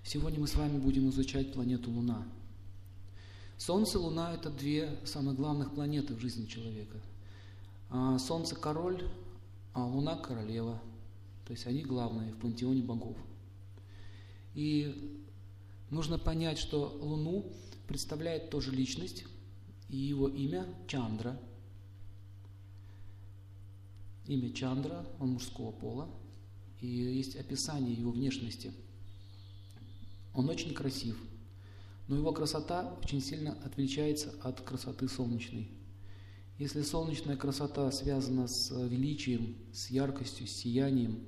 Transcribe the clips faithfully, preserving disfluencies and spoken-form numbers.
Сегодня мы с вами будем изучать планету Луна. Солнце и Луна – это две самых главных планеты в жизни человека. Солнце – король, а Луна – королева. То есть они главные в пантеоне богов. И нужно понять, что Луну представляет тоже личность, и его имя Чандра. Имя Чандра, он мужского пола, и есть описание его внешности. Он очень красив, но его красота очень сильно отличается от красоты солнечной. Если солнечная красота связана с величием, с яркостью, с сиянием,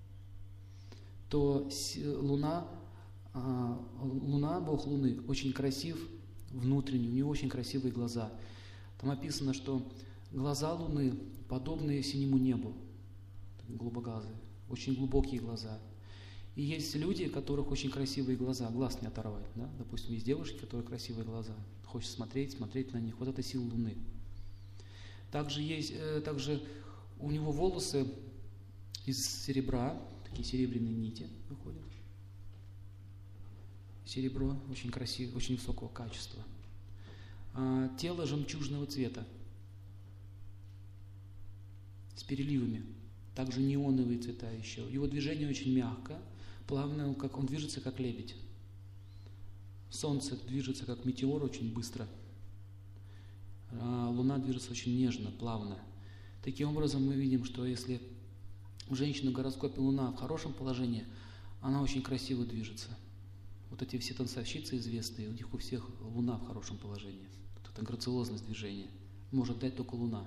то Луна, Луна, Бог Луны, очень красив внутренне, у него очень красивые глаза. Там описано, что глаза Луны подобны синему небу, голубоглазые, очень глубокие глаза. И есть люди, у которых очень красивые глаза, глаз не оторвать. Да? Допустим, есть девушки, у которых красивые глаза. Хочешь смотреть, смотреть на них. Вот это сила Луны. Также есть, э, также у него волосы из серебра, такие серебряные нити выходят. Серебро очень красивое, очень высокого качества. А, тело жемчужного цвета с переливами. Также неоновые цвета еще. Его движение очень мягко, плавно, как он движется, как лебедь. Солнце движется, как метеор, очень быстро. А Луна движется очень нежно, плавно. Таким образом, мы видим, что если у женщины в гороскопе Луна в хорошем положении, она очень красиво движется. Вот эти все танцовщицы известные, у них у всех Луна в хорошем положении. Вот эта грациозность движения может дать только Луна.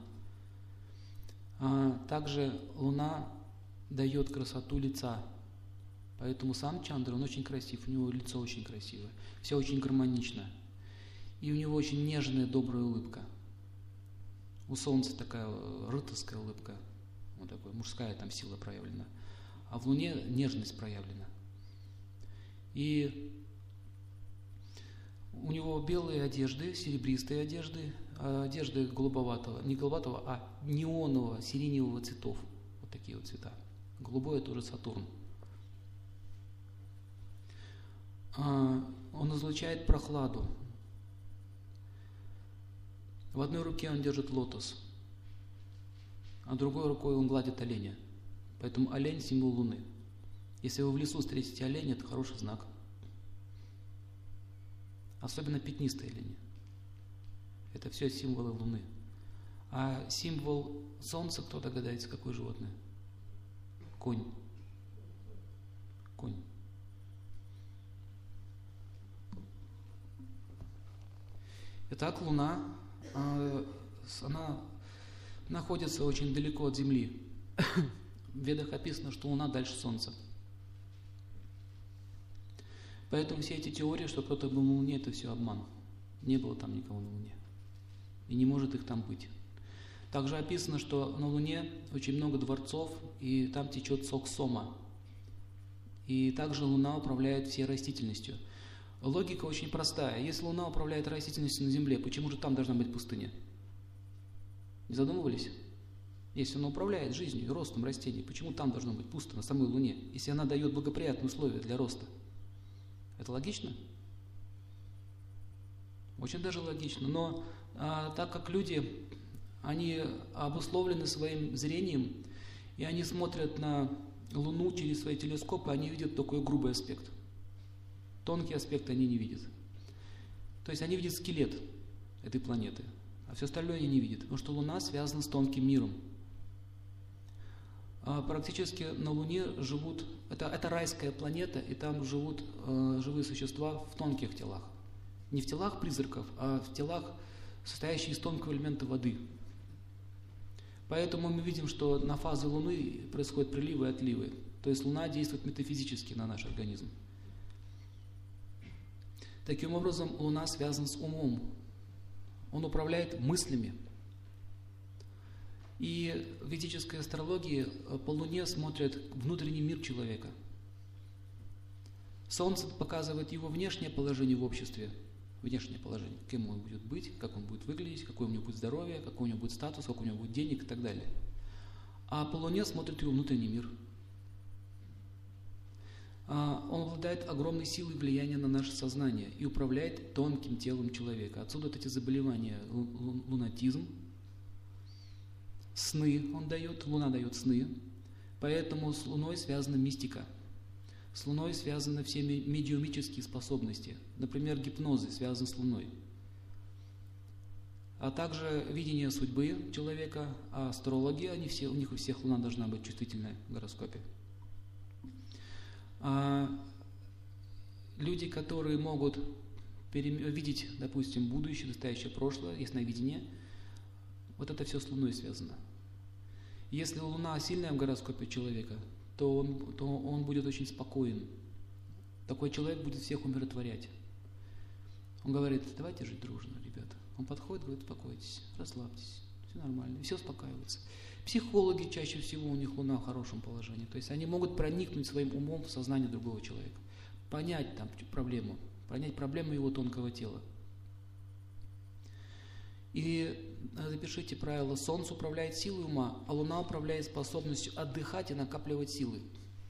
А также Луна дает красоту лица. Поэтому сам Чандра, он очень красив, у него лицо очень красивое, все очень гармонично. И у него очень нежная, добрая улыбка. У Солнца такая рыцарская улыбка, вот такая мужская там сила проявлена. А в Луне нежность проявлена. И у него белые одежды, серебристые одежды, одежды голубоватого, не голубоватого, а неонового, сиреневого цветов. Вот такие вот цвета. Голубое тоже Сатурн. Он излучает прохладу. В одной руке он держит лотос, а другой рукой он гладит оленя. Поэтому олень – символ Луны. Если вы в лесу встретите оленя, это хороший знак. Особенно пятнистые олени. Это все символы Луны. А символ Солнца, кто догадается, какое животное? Конь. Конь. Итак, Луна, она находится очень далеко от Земли. В Ведах описано, что Луна дальше Солнца. Поэтому все эти теории, что кто-то был на Луне, это все обман. Не было там никого на Луне. И не может их там быть. Также описано, что на Луне очень много дворцов, и там течет сок сома. И также Луна управляет всей растительностью. Логика очень простая. Если Луна управляет растительностью на Земле, почему же там должна быть пустыня? Не задумывались? Если она управляет жизнью и ростом растений, почему там должно быть пусто на самой Луне, если она дает благоприятные условия для роста? Это логично? Очень даже логично. Но а, так как люди, они обусловлены своим зрением, и они смотрят на Луну через свои телескопы, они видят такой грубый аспект. Тонкие аспекты они не видят. То есть они видят скелет этой планеты, а все остальное они не видят, потому что Луна связана с тонким миром. А практически на Луне живут, это, это райская планета, и там живут э, живые существа в тонких телах. Не в телах призраков, а в телах, состоящих из тонкого элемента воды. Поэтому мы видим, что на фазы Луны происходят приливы и отливы. То есть Луна действует метафизически на наш организм. Таким образом, Луна связана с умом. Он управляет мыслями. И в ведической астрологии по Луне смотрят внутренний мир человека. Солнце показывает его внешнее положение в обществе, внешнее положение, кем он будет быть, как он будет выглядеть, какое у него будет здоровье, какой у него будет статус, сколько у него будет денег и так далее. А по Луне смотрит его внутренний мир. Он обладает огромной силой влияния на наше сознание и управляет тонким телом человека. Отсюда вот эти заболевания, лунатизм, сны он дает, Луна дает сны, поэтому с Луной связана мистика. С Луной связаны все медиумические способности. Например, гипнозы связаны с Луной. А также видение судьбы человека, а астрологи, они все, у них у всех Луна должна быть чувствительная в гороскопе. А люди, которые могут перем... видеть, допустим, будущее, настоящее, прошлое, ясновидение, вот это все с Луной связано. Если Луна сильная в гороскопе человека, то он, то он будет очень спокоен. Такой человек будет всех умиротворять. Он говорит: давайте жить дружно, ребята. Он подходит, говорит: успокойтесь, расслабьтесь, все нормально, и все успокаивается. Психологи чаще всего, у них Луна в хорошем положении. То есть они могут проникнуть своим умом в сознание другого человека, понять там проблему, понять проблему его тонкого тела. И запишите правило: Солнце управляет силой ума, а Луна управляет способностью отдыхать и накапливать силы.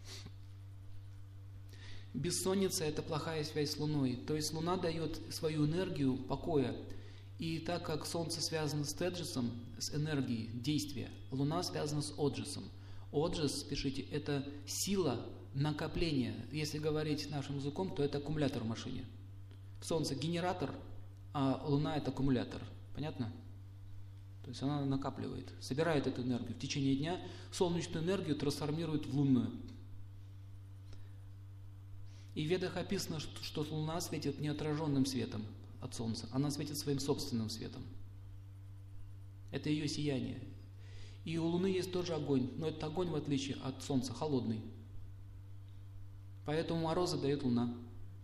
Бессонница – это плохая связь с Луной. То есть Луна дает свою энергию покоя. И так как Солнце связано с теджесом, с энергией действия, Луна связана с оджесом. Оджес, пишите, это сила накопления. Если говорить нашим языком, то это аккумулятор в машине. Солнце – генератор, а Луна – это аккумулятор. Понятно? То есть она накапливает, собирает эту энергию. В течение дня солнечную энергию трансформирует в лунную. И в Ведах описано, что Луна светит не отраженным светом от Солнца, она светит своим собственным светом. Это ее сияние. И у Луны есть тоже огонь, но этот огонь, в отличие от Солнца, холодный. Поэтому морозы дает Луна.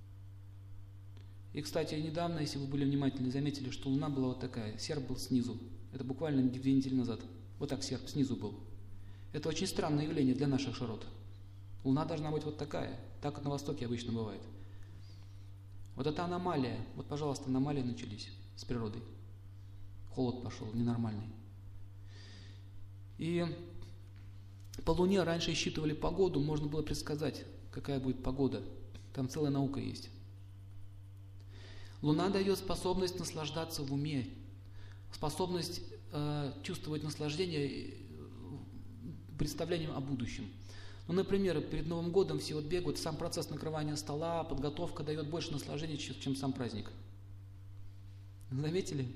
И, кстати, недавно, если вы были внимательны, заметили, что Луна была вот такая, серп был снизу. Это буквально две недели назад. Вот так серп снизу был. Это очень странное явление для наших широт. Луна должна быть вот такая, так как на Востоке обычно бывает. Вот это аномалия. Вот, пожалуйста, аномалии начались с природой. Холод пошел, ненормальный. И по Луне раньше считывали погоду, можно было предсказать, какая будет погода. Там целая наука есть. Луна дает способность наслаждаться в уме, способность э, чувствовать наслаждение представлением о будущем. Ну, например, перед Новым годом все вот бегают, сам процесс накрывания стола, подготовка дает больше наслаждения, чем сам праздник. Заметили?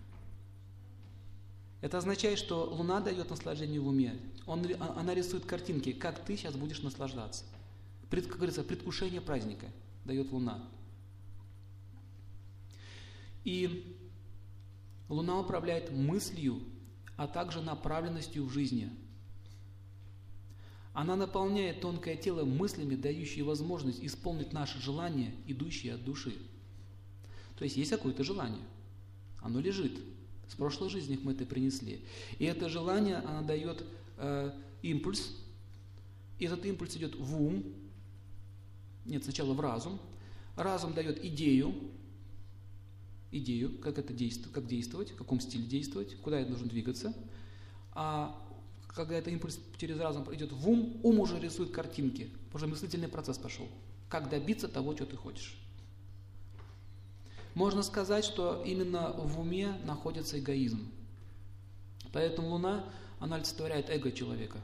Это означает, что Луна дает наслаждение в уме. Он, она рисует картинки, как ты сейчас будешь наслаждаться. Пред, как говорится, предвкушение праздника дает Луна. И Луна управляет мыслью, а также направленностью в жизни. Она наполняет тонкое тело мыслями, дающие возможность исполнить наши желания, идущие от души. То есть есть какое-то желание, оно лежит. С прошлой жизни мы это принесли. И это желание, оно дает э, импульс. И этот импульс идет в ум. Нет, сначала в разум. Разум дает идею. Идею, как это действовать, как действовать, в каком стиле действовать, куда я должен двигаться. А когда этот импульс через разум идет в ум, ум уже рисует картинки. Уже мыслительный процесс пошел. Как добиться того, что ты хочешь. Можно сказать, что именно в уме находится эгоизм. Поэтому Луна, она олицетворяет эго человека.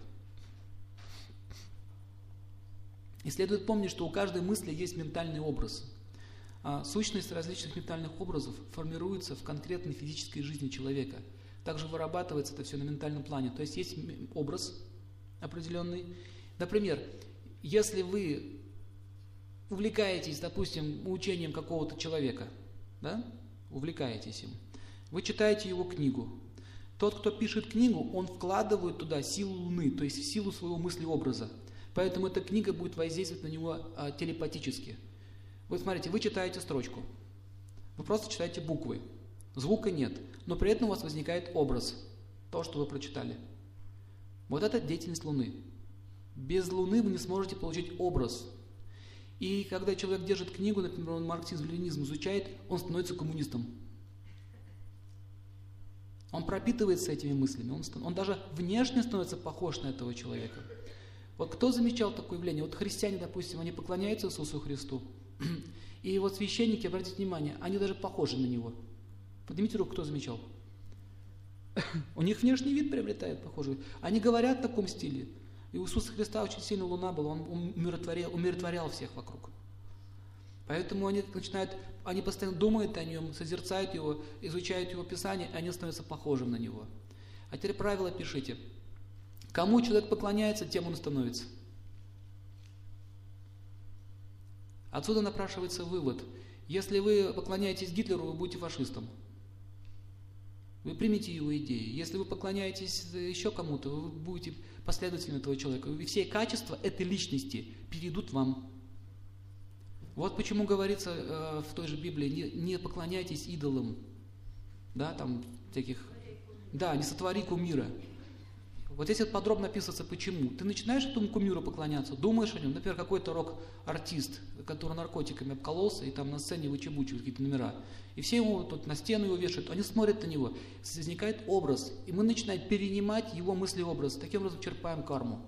И следует помнить, что у каждой мысли есть ментальный образ. А сущность различных ментальных образов формируется в конкретной физической жизни человека. Также вырабатывается это все на ментальном плане. То есть есть образ определенный. Например, если вы увлекаетесь, допустим, учением какого-то человека, да, увлекаетесь им, вы читаете его книгу. Тот, кто пишет книгу, он вкладывает туда силу Луны, то есть силу своего мыслеобраза. Поэтому эта книга будет воздействовать на него а, телепатически. Вы смотрите, вы читаете строчку, вы просто читаете буквы, звука нет, но при этом у вас возникает образ, то, что вы прочитали. Вот это деятельность Луны. Без Луны вы не сможете получить образ. И когда человек держит книгу, например, он марксизм, ленинизм изучает, он становится коммунистом. Он пропитывается этими мыслями, он, он даже внешне становится похож на этого человека. Вот кто замечал такое явление? Вот христиане, допустим, они поклоняются Иисусу Христу, и вот священники, обратите внимание, они даже похожи на Него. Поднимите руку, кто замечал? У них внешний вид приобретает похожий. Они говорят в таком стиле. И у Иисуса Христа очень сильно луна была, Он умиротворял, умиротворял всех вокруг. Поэтому они начинают, они постоянно думают о Нем, созерцают Его, изучают Его Писание, и они становятся похожим на Него. А теперь правило пишите. Кому человек поклоняется, тем он становится. Отсюда напрашивается вывод. Если вы поклоняетесь Гитлеру, вы будете фашистом. Вы примите его идеи. Если вы поклоняетесь еще кому-то, вы будете последователем этого человека. И все качества этой личности перейдут вам. Вот почему говорится э, в той же Библии, не, не поклоняйтесь идолам. Да, там всяких... Да, не сотвори кумира. Вот здесь вот подробно описывается, почему. Ты начинаешь этому кумиру поклоняться, думаешь о нем, например, какой-то рок-артист, который наркотиками обкололся, и там на сцене вычебучивает какие-то номера. И все ему тут на стену его вешают, они смотрят на него, возникает образ, и мы начинаем перенимать его мысли-образ, таким образом черпаем карму.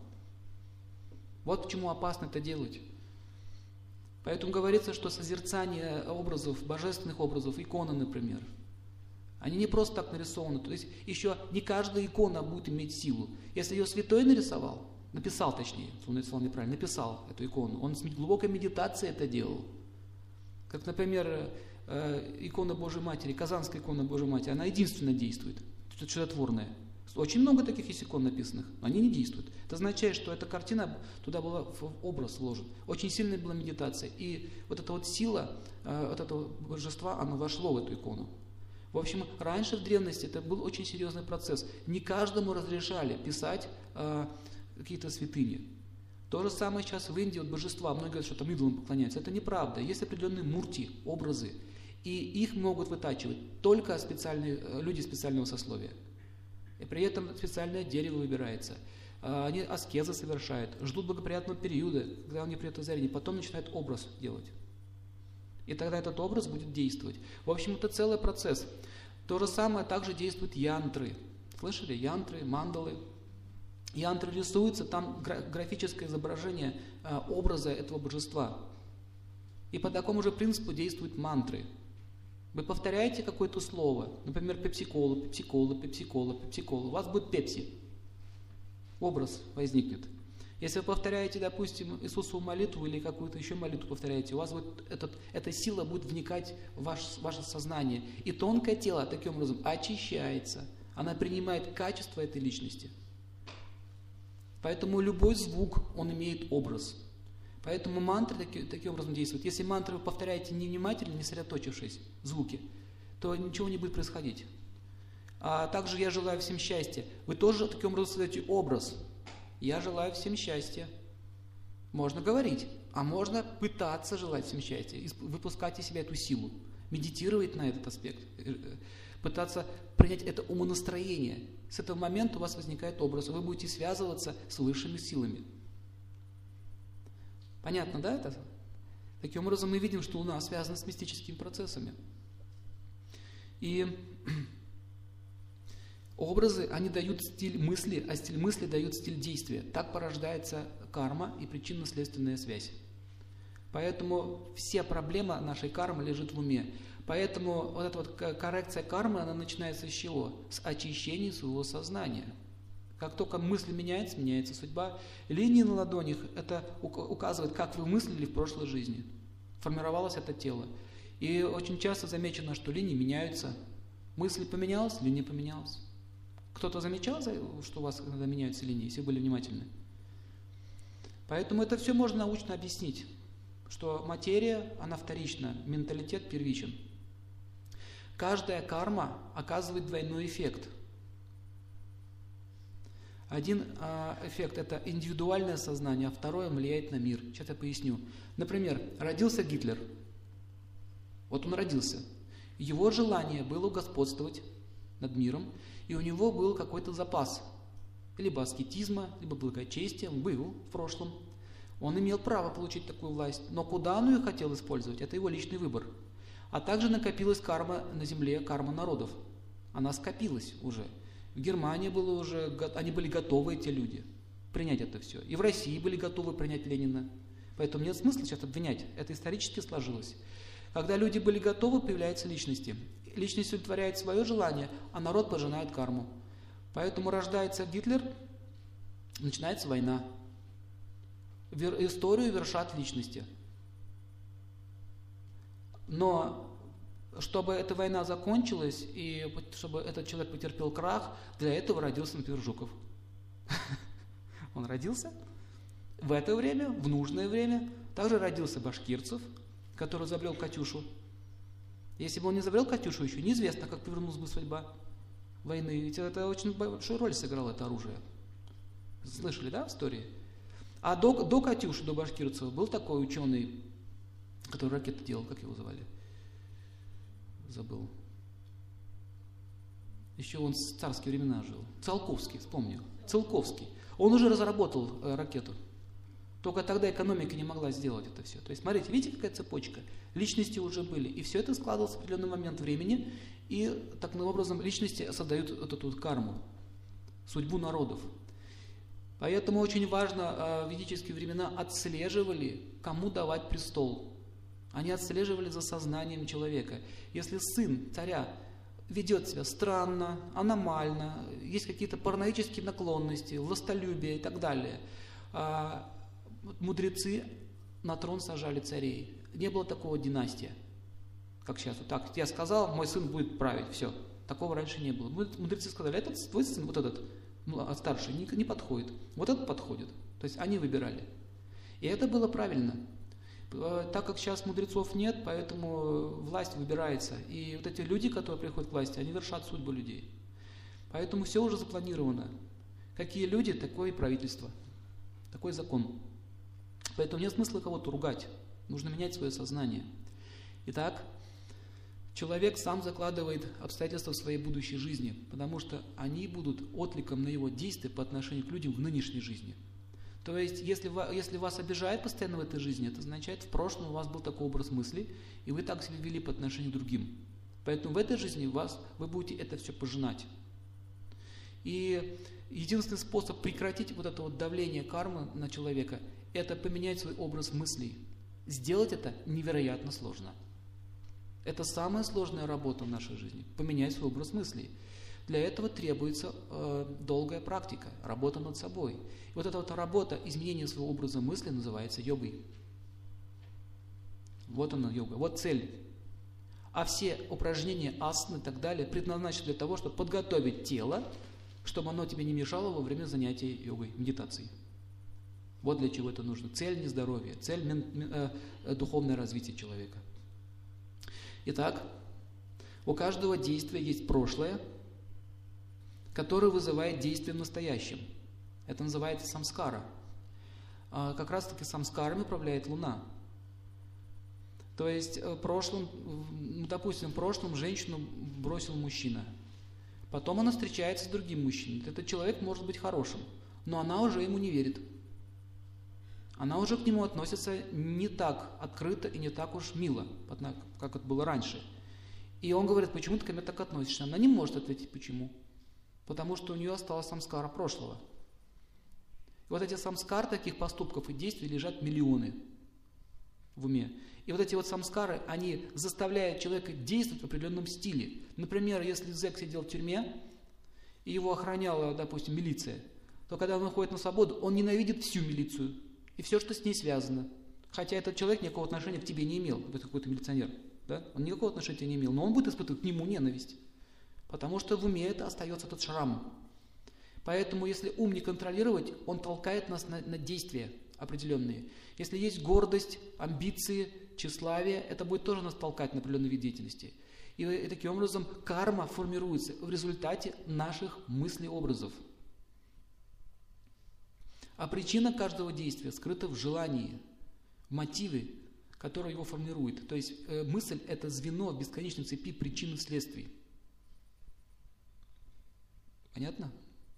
Вот почему опасно это делать. Поэтому говорится, что созерцание образов, божественных образов, иконы, например, они не просто так нарисованы. То есть еще не каждая икона будет иметь силу. Если ее святой нарисовал, написал точнее, он нарисовал неправильно, написал эту икону, он с глубокой медитацией это делал. Как, например, икона Божьей Матери, Казанская икона Божьей Матери, она единственно действует, чудотворная. Очень много таких есть икон написанных, но они не действуют. Это означает, что эта картина, туда была в образ вложен. Очень сильная была медитация. И вот эта вот сила, вот этого божества, оно вошло в эту икону. В общем, раньше в древности это был очень серьезный процесс. Не каждому разрешали писать э, какие-то святыни. То же самое сейчас в Индии, вот божества, многие говорят, что там идолам поклоняются. Это неправда. Есть определенные мурти, образы. И их могут вытачивать только специальные, люди специального сословия. И при этом специальное дерево выбирается. Э, они аскезы совершают, ждут благоприятного периода, когда они придут в озарение, потом начинают образ делать. И тогда этот образ будет действовать. В общем, это целый процесс. То же самое также действуют янтры. Слышали? Янтры, мандалы. Янтры рисуются, там графическое изображение э, образа этого божества. И по такому же принципу действуют мантры. Вы повторяете какое-то слово, например, пепси-кола, пепси-кола, пепси-кола, пепси-кола. У вас будет пепси. Образ возникнет. Если вы повторяете, допустим, Иисусову молитву или какую-то еще молитву повторяете, у вас вот этот, эта сила будет вникать в ваш, ваше сознание. И тонкое тело таким образом очищается. Она принимает качество этой личности. Поэтому любой звук, он имеет образ. Поэтому мантры таки, таким образом действуют. Если мантры вы повторяете невнимательно, не сосредоточившись в звуке, то ничего не будет происходить. А также я желаю всем счастья. Вы тоже таким образом создаете образ. Я желаю всем счастья. Можно говорить, а можно пытаться желать всем счастья, выпускать из себя эту силу, медитировать на этот аспект, пытаться принять это умонастроение. С этого момента у вас возникает образ, вы будете связываться с высшими силами. Понятно, да, это? Таким образом мы видим, что Луна связана с мистическими процессами. И образы, они дают стиль мысли, а стиль мысли дает стиль действия. Так порождается карма и причинно-следственная связь. Поэтому вся проблема нашей кармы лежит в уме. Поэтому вот эта вот коррекция кармы, она начинается с чего? С очищения своего сознания. Как только мысль меняется, меняется судьба. Линии на ладонях – это указывает, как вы мыслили в прошлой жизни. Формировалось это тело. И очень часто замечено, что линии меняются. Мысль поменялась, линия поменялась. Кто-то замечал, что у вас иногда меняются линии, если вы были внимательны? Поэтому это все можно научно объяснить, что материя, она вторична, менталитет первичен. Каждая карма оказывает двойной эффект. Один а, эффект – это индивидуальное сознание, а второе влияет на мир. Сейчас я поясню. Например, родился Гитлер. Вот он родился. Его желание было господствовать над миром, и у него был какой-то запас. Либо аскетизма, либо благочестия, он был в прошлом. Он имел право получить такую власть, но куда он ее хотел использовать, это его личный выбор. А также накопилась карма на земле, карма народов. Она скопилась уже. В Германии было уже, они были готовы, эти люди. принять это все. И в России были готовы принять Ленина. Поэтому нет смысла сейчас обвинять. Это исторически сложилось. Когда люди были готовы, появляются личности. Личность удовлетворяет свое желание, а народ пожинает карму. Поэтому рождается Гитлер, начинается война. Историю вершат личности. Но чтобы эта война закончилась, и чтобы этот человек потерпел крах, для этого родился, например, Жуков. Он родился в это время, в нужное время. Также родился Башкирцев, который изобрел «Катюшу». Если бы он не изобрел «Катюшу» еще, неизвестно, как повернулась бы судьба войны. Ведь это очень большую роль сыграло это оружие. Слышали, да, в истории? А до, до «Катюши», до Башкирцева был такой ученый, который ракеты делал, как его звали? Забыл. Еще он в царские времена жил. Циолковский, вспомнил. Циолковский. Он уже разработал э, ракету. Только тогда экономика не могла сделать это все. То есть, смотрите, видите, какая цепочка? Личности уже были. И все это складывалось в определенный момент времени. И таким образом личности создают вот эту вот карму, судьбу народов. Поэтому очень важно, э, в ведические времена отслеживали, кому давать престол. Они отслеживали за сознанием человека. Если сын царя ведет себя странно, аномально, есть какие-то параноические наклонности, властолюбие и так далее, мудрецы на трон сажали царей. Не было такого династия, как сейчас. Вот так, я сказал, мой сын будет править, все. Такого раньше не было. Мудрецы сказали, этот твой сын, вот этот старший, не, не подходит, вот этот подходит. То есть они выбирали. И это было правильно. Так как сейчас мудрецов нет, поэтому власть выбирается. И вот эти люди, которые приходят к власти, они вершат судьбу людей. Поэтому все уже запланировано. Какие люди, такое и правительство. Такой закон. Поэтому нет смысла кого-то ругать. Нужно менять свое сознание. Итак, человек сам закладывает обстоятельства в своей будущей жизни, потому что они будут откликом на его действия по отношению к людям в нынешней жизни. То есть, если, если вас обижает постоянно в этой жизни, это означает, в прошлом у вас был такой образ мысли, и вы так себя вели по отношению к другим. Поэтому в этой жизни вас, вы будете это все пожинать. И единственный способ прекратить вот это вот давление кармы на человека, это поменять свой образ мыслей. Сделать это невероятно сложно. Это самая сложная работа в нашей жизни, поменять свой образ мыслей. Для этого требуется э, долгая практика, работа над собой. И вот эта вот работа изменения своего образа мысли называется йогой. Вот она йога, вот цель. А все упражнения, асаны и так далее предназначены для того, чтобы подготовить тело, чтобы оно тебе не мешало во время занятий йогой, медитацией. Вот для чего это нужно. Цель не здоровье, цель мен, э, э, духовное развитие человека. Итак, у каждого действия есть прошлое, который вызывает действие в настоящем. Это называется самскара. А как раз таки самскарами управляет Луна. То есть в прошлом, допустим, в прошлом женщину бросил мужчина. Потом она встречается с другим мужчиной. Этот человек может быть хорошим, но она уже ему не верит. Она уже к нему относится не так открыто и не так уж мило, как это было раньше. И он говорит, почему ты ко мне так относишься? Она не может ответить, почему. Потому что у нее осталась самскара прошлого. И вот эти самскары таких поступков и действий лежат миллионы в уме. И вот эти вот самскары, они заставляют человека действовать в определенном стиле. Например, если зэк сидел в тюрьме, и его охраняла, допустим, милиция, то когда он выходит на свободу, он ненавидит всю милицию и все, что с ней связано. Хотя этот человек никакого отношения к тебе не имел, это какой-то милиционер. Да? Он никакого отношения к тебе не имел, но он будет испытывать к нему ненависть. Потому что в уме это остается тот шрам. Поэтому, если ум не контролировать, он толкает нас на, на действия определенные. Если есть гордость, амбиции, тщеславие, это будет тоже нас толкать на определенный вид деятельности. И, и таким образом карма формируется в результате наших мыслей-образов. А причина каждого действия скрыта в желании, в мотиве, который его формирует. То есть э, мысль – это звено в бесконечной цепи причин и следствий. Понятно?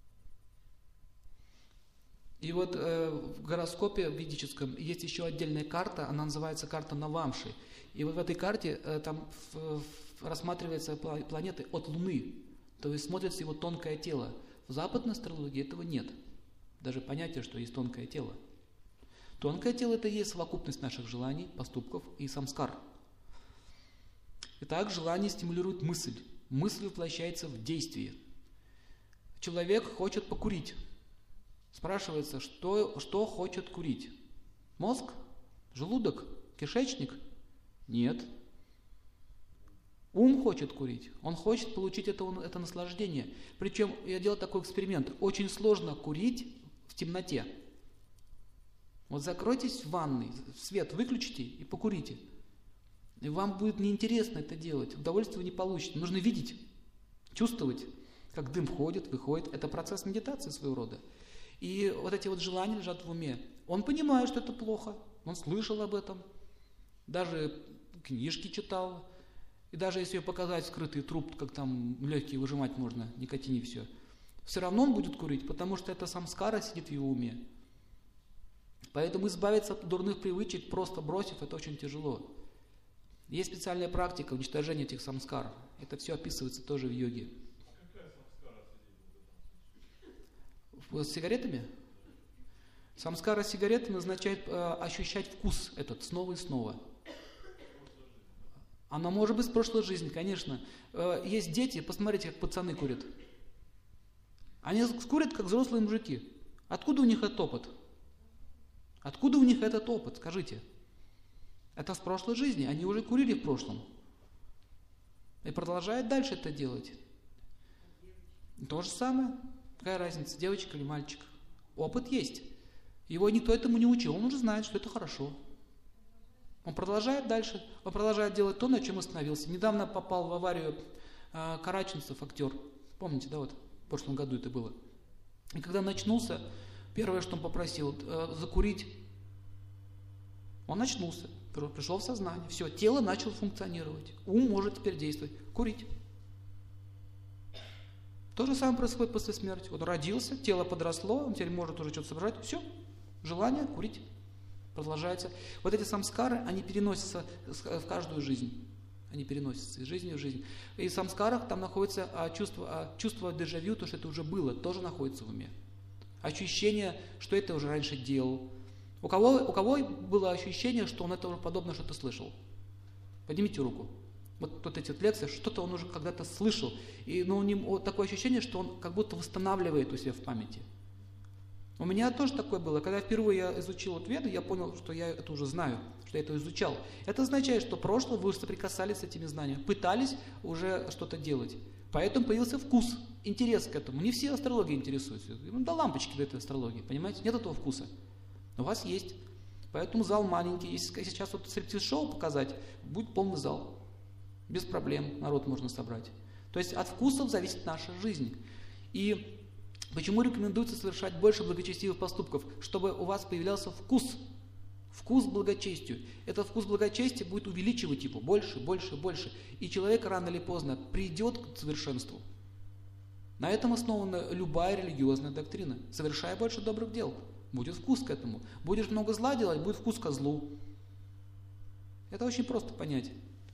И вот э, в гороскопе ведическом есть еще отдельная карта, она называется карта Навамши. И вот в этой карте э, там в, в, рассматриваются планеты от Луны, то есть смотрится его тонкое тело. В западной астрологии этого нет. даже понятие, что есть тонкое тело. Тонкое тело – это и есть совокупность наших желаний, поступков и самскар. Итак, желание стимулирует мысль. Мысль воплощается в действие. Человек хочет покурить. Спрашивается, что, что хочет курить? Мозг? Желудок? Кишечник? Нет. Ум хочет курить. Он хочет получить это, это наслаждение. Причем я делал такой эксперимент. Очень сложно курить в темноте. Вот закройтесь в ванной, свет выключите и покурите. И вам будет неинтересно это делать. Удовольствия вы не получите. Нужно видеть, чувствовать, как дым входит, выходит. Это процесс медитации своего рода. И вот эти вот желания лежат в уме. Он понимает, что это плохо. Он слышал об этом. Даже книжки читал. И даже если показать скрытый труп, как там легкие выжимать можно, никотине все, все равно он будет курить, потому что это самскара сидит в его уме. Поэтому избавиться от дурных привычек, просто бросив, это очень тяжело. Есть специальная практика уничтожения этих самскар. Это все описывается тоже в йоге. Какая самскара сидит? С сигаретами? Самскара с сигаретами означает э, ощущать вкус этот снова и снова. Она может быть с прошлой жизни, конечно. Э, есть дети, посмотрите, как пацаны курят. Они курят, как взрослые мужики. Откуда у них этот опыт? Откуда у них этот опыт, скажите? Это с прошлой жизни, они уже курили в прошлом. И продолжают дальше это делать. То же самое. Какая разница, девочка или мальчик? Опыт есть. Его никто этому не учил, он уже знает, что это хорошо. Он продолжает дальше, он продолжает делать то, на чем остановился. Недавно попал в аварию э, Караченцев, актер. Помните, да, вот в прошлом году это было. И когда начнулся, первое, что он попросил, э, закурить. Он очнулся, пришел в сознание. Все, тело начало функционировать. Ум может теперь действовать. Курить. То же самое происходит после смерти. Он родился, тело подросло, он теперь может уже что-то соображать. Все, желание курить продолжается. Вот эти самскары, они переносятся в каждую жизнь. Они переносятся из жизни в жизнь. И в самскарах там находится а, чувство, а, чувство дежавю, то, что это уже было, тоже находится в уме. Ощущение, что это уже раньше делал. У кого, у кого было ощущение, что он это уже подобно что-то слышал? Поднимите руку. Вот, вот эти вот лекции, что-то он уже когда-то слышал. И ну, у него вот такое ощущение, что он как будто восстанавливает у себя в памяти. У меня тоже такое было. Когда впервые я изучил вот веды, я понял, что я это уже знаю, что я это изучал. Это означает, что в прошлом вы соприкасались с этими знаниями, пытались уже что-то делать. Поэтому появился вкус, интерес к этому. Не все астрологией интересуются. Ну, до лампочки до этой астрологии, понимаете? Нет этого вкуса. У вас есть. Поэтому зал маленький. Если сейчас вот стриптиз-шоу показать, будет полный зал. Без проблем народ можно собрать. То есть от вкусов зависит наша жизнь. И почему рекомендуется совершать больше благочестивых поступков? Чтобы у вас появлялся вкус. Вкус к благочестию. Этот вкус благочестия будет увеличивать его больше, больше, больше. И человек рано или поздно придет к совершенству. На этом основана любая религиозная доктрина. Совершая больше добрых дел. Будет вкус к этому. Будешь много зла делать, будет вкус ко злу. Это очень просто понять.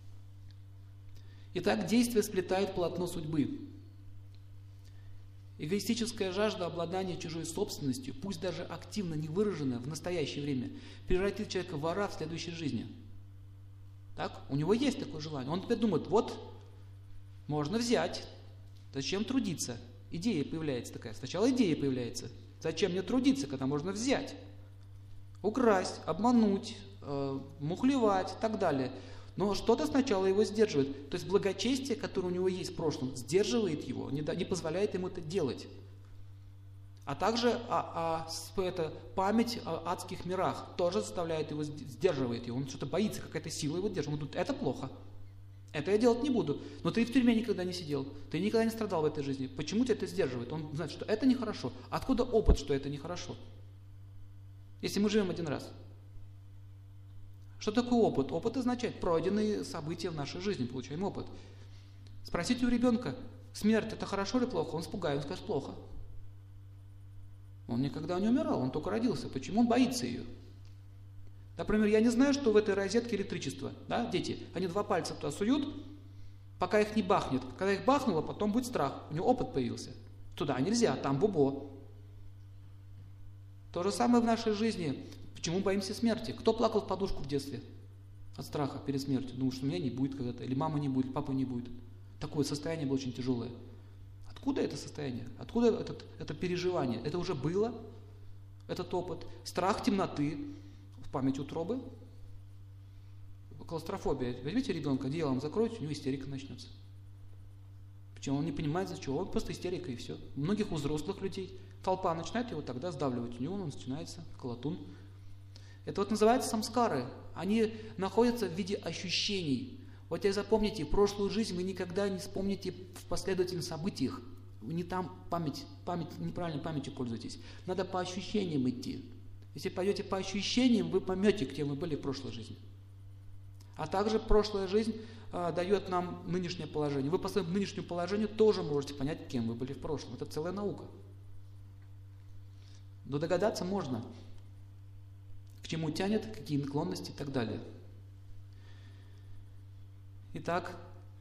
Итак, действие сплетает полотно судьбы. Эгоистическая жажда обладания чужой собственностью, пусть даже активно не выраженная в настоящее время, превратит человека в вора в следующей жизни. Так? У него есть такое желание. Он теперь думает, вот, можно взять. Зачем трудиться? Идея появляется такая. Сначала идея появляется. Зачем мне трудиться, когда можно взять? Украсть, обмануть, э, мухлевать и так далее. Но что-то сначала его сдерживает. То есть благочестие, которое у него есть в прошлом, сдерживает его, не, да, не позволяет ему это делать. А также а, а, это, память о адских мирах тоже заставляет его, сдерживает его. Он что-то боится, какая-то сила его держит. Он думает, это плохо. Это я делать не буду. Но ты в тюрьме никогда не сидел. Ты никогда не страдал в этой жизни. Почему тебя это сдерживает? Он знает, что это нехорошо. Откуда опыт, что это нехорошо? Если мы живем один раз. Что такое опыт? Опыт означает пройденные события в нашей жизни, получаем опыт. Спросите у ребенка, смерть это хорошо или плохо? Он испугается, он скажет плохо. Он никогда не умирал, он только родился. Почему он боится ее? Например, я не знаю, что в этой розетке электричество. Да, дети, они два пальца туда суют, пока их не бахнет. Когда их бахнуло, потом будет страх. У него опыт появился. Туда нельзя, там бубо. То же самое в нашей жизни. Почему боимся смерти? Кто плакал в подушку в детстве? От страха перед смертью. Думал, что меня не будет когда-то, или мама не будет, или папа не будет. Такое состояние было очень тяжелое. Откуда это состояние? Откуда этот, это переживание? Это уже было, этот опыт. Страх темноты в память утробы. Клаустрофобия. Возьмите ребенка, одеялом закройте, у него истерика начнется. Почему? Он не понимает, за чего. Он просто истерика и все. У многих у взрослых людей толпа начинает его тогда сдавливать. У него он начинается колотун. Это вот называется самскары. Они находятся в виде ощущений. Вот теперь запомните, прошлую жизнь вы никогда не вспомните в последовательных событиях. Вы не там память, память, неправильной памятью пользуетесь. Надо по ощущениям идти. Если пойдете по ощущениям, вы поймете, где вы были в прошлой жизни. А также прошлая жизнь э, дает нам нынешнее положение. Вы по своему нынешнему положению тоже можете понять, кем вы были в прошлом. Это целая наука. Но догадаться можно, к чему тянет, какие наклонности и так далее. Итак,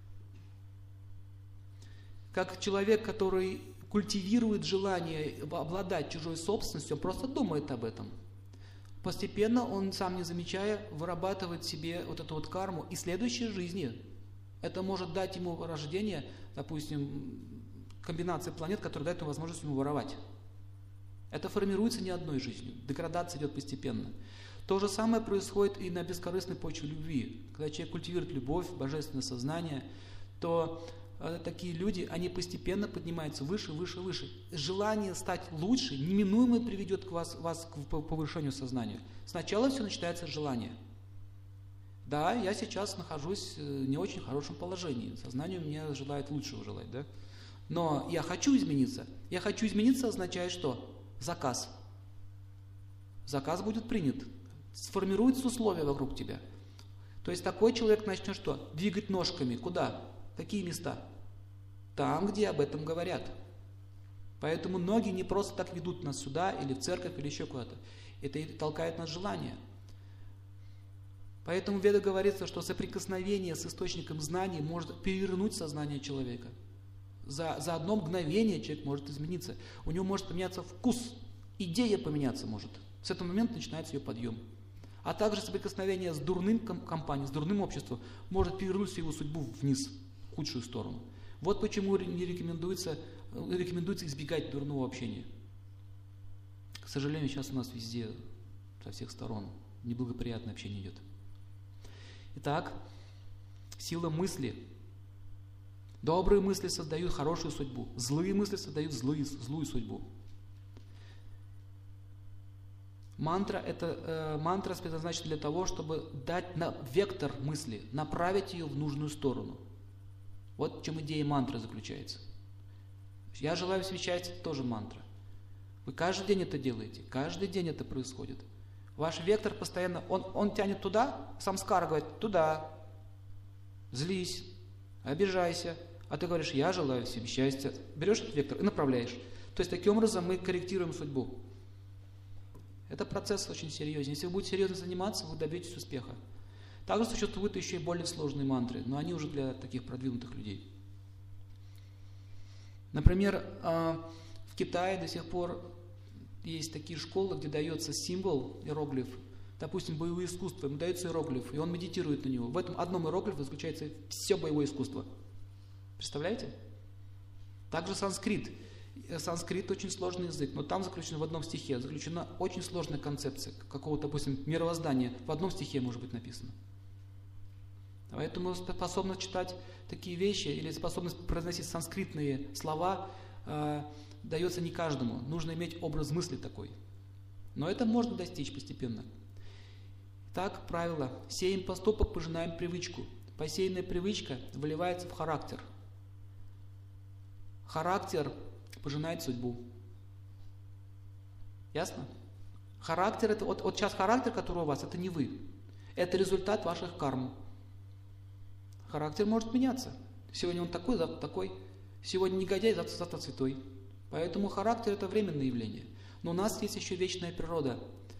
как человек, который культивирует желание обладать чужой собственностью, он просто думает об этом. Постепенно он, сам не замечая, вырабатывает в себе вот эту вот карму и следующей жизни. Это может дать ему рождение, допустим, комбинации планет, которые дают ему возможность ему воровать. Это формируется не одной жизнью. Деградация идет постепенно. То же самое происходит и на бескорыстной почве любви. Когда человек культивирует любовь, божественное сознание, то э, такие люди, они постепенно поднимаются выше, выше, выше. Желание стать лучше неминуемо приведет к вас, вас к повышению сознания. Сначала все начинается с желания. Да, я сейчас нахожусь в не очень хорошем положении. Сознание у меня желает лучшего желать, да? Но я хочу измениться. Я хочу измениться означает что? Заказ. Заказ будет принят. Сформируются условия вокруг тебя. То есть такой человек начнет что? Двигать ножками. Куда? Какие места? Там, где об этом говорят. Поэтому ноги не просто так ведут нас сюда, или в церковь, или еще куда-то. Это и толкает нас желание. Поэтому в Ведах говорится, что соприкосновение с источником знаний может перевернуть сознание человека. За, за одно мгновение человек может измениться. У него может поменяться вкус, идея поменяться может. С этого момента начинается ее подъем. А также соприкосновение с дурным компанией, с дурным обществом может перевернуть его судьбу вниз, в худшую сторону. Вот почему не рекомендуется, рекомендуется избегать дурного общения. К сожалению, сейчас у нас везде, со всех сторон, неблагоприятное общение идет. Итак, сила мысли. Добрые мысли создают хорошую судьбу, злые мысли создают злые, злую судьбу. Мантра это э, мантра предназначена для того, чтобы дать на вектор мысли, направить ее в нужную сторону. Вот в чем идея мантры заключается. Я желаю всем счастья, это тоже мантра. Вы каждый день это делаете, каждый день это происходит. Ваш вектор постоянно, он, он тянет туда, самскара говорит, туда, злись, обижайся, а ты говоришь, я желаю всем счастья. Берешь этот вектор и направляешь. То есть таким образом мы корректируем судьбу. Это процесс очень серьезный. Если вы будете серьезно заниматься, вы добьетесь успеха. Также существуют еще и более сложные мантры, но они уже для таких продвинутых людей. Например, в Китае до сих пор есть такие школы, где дается символ, иероглиф, допустим, боевое искусство, ему дается иероглиф, и он медитирует на него. В этом одном иероглифе заключается все боевое искусство. Представляете? Также санскрит. Санскрит очень сложный язык, но там заключено в одном стихе, заключена очень сложная концепция какого-то, допустим, мировоздания. В одном стихе может быть написано. Поэтому способность читать такие вещи или способность произносить санскритные слова э, дается не каждому. Нужно иметь образ мысли такой. Но это можно достичь постепенно. Так, правило. Сеем поступок, пожинаем привычку. Посеянная привычка выливается в характер. Характер пожинает судьбу. Ясно? Характер, это, вот, вот сейчас характер, который у вас, это не вы. Это результат ваших карм. Характер может меняться. Сегодня он такой, завтра такой. Сегодня негодяй, завтра, завтра святой. Поэтому характер это временное явление. Но у нас есть еще вечная природа.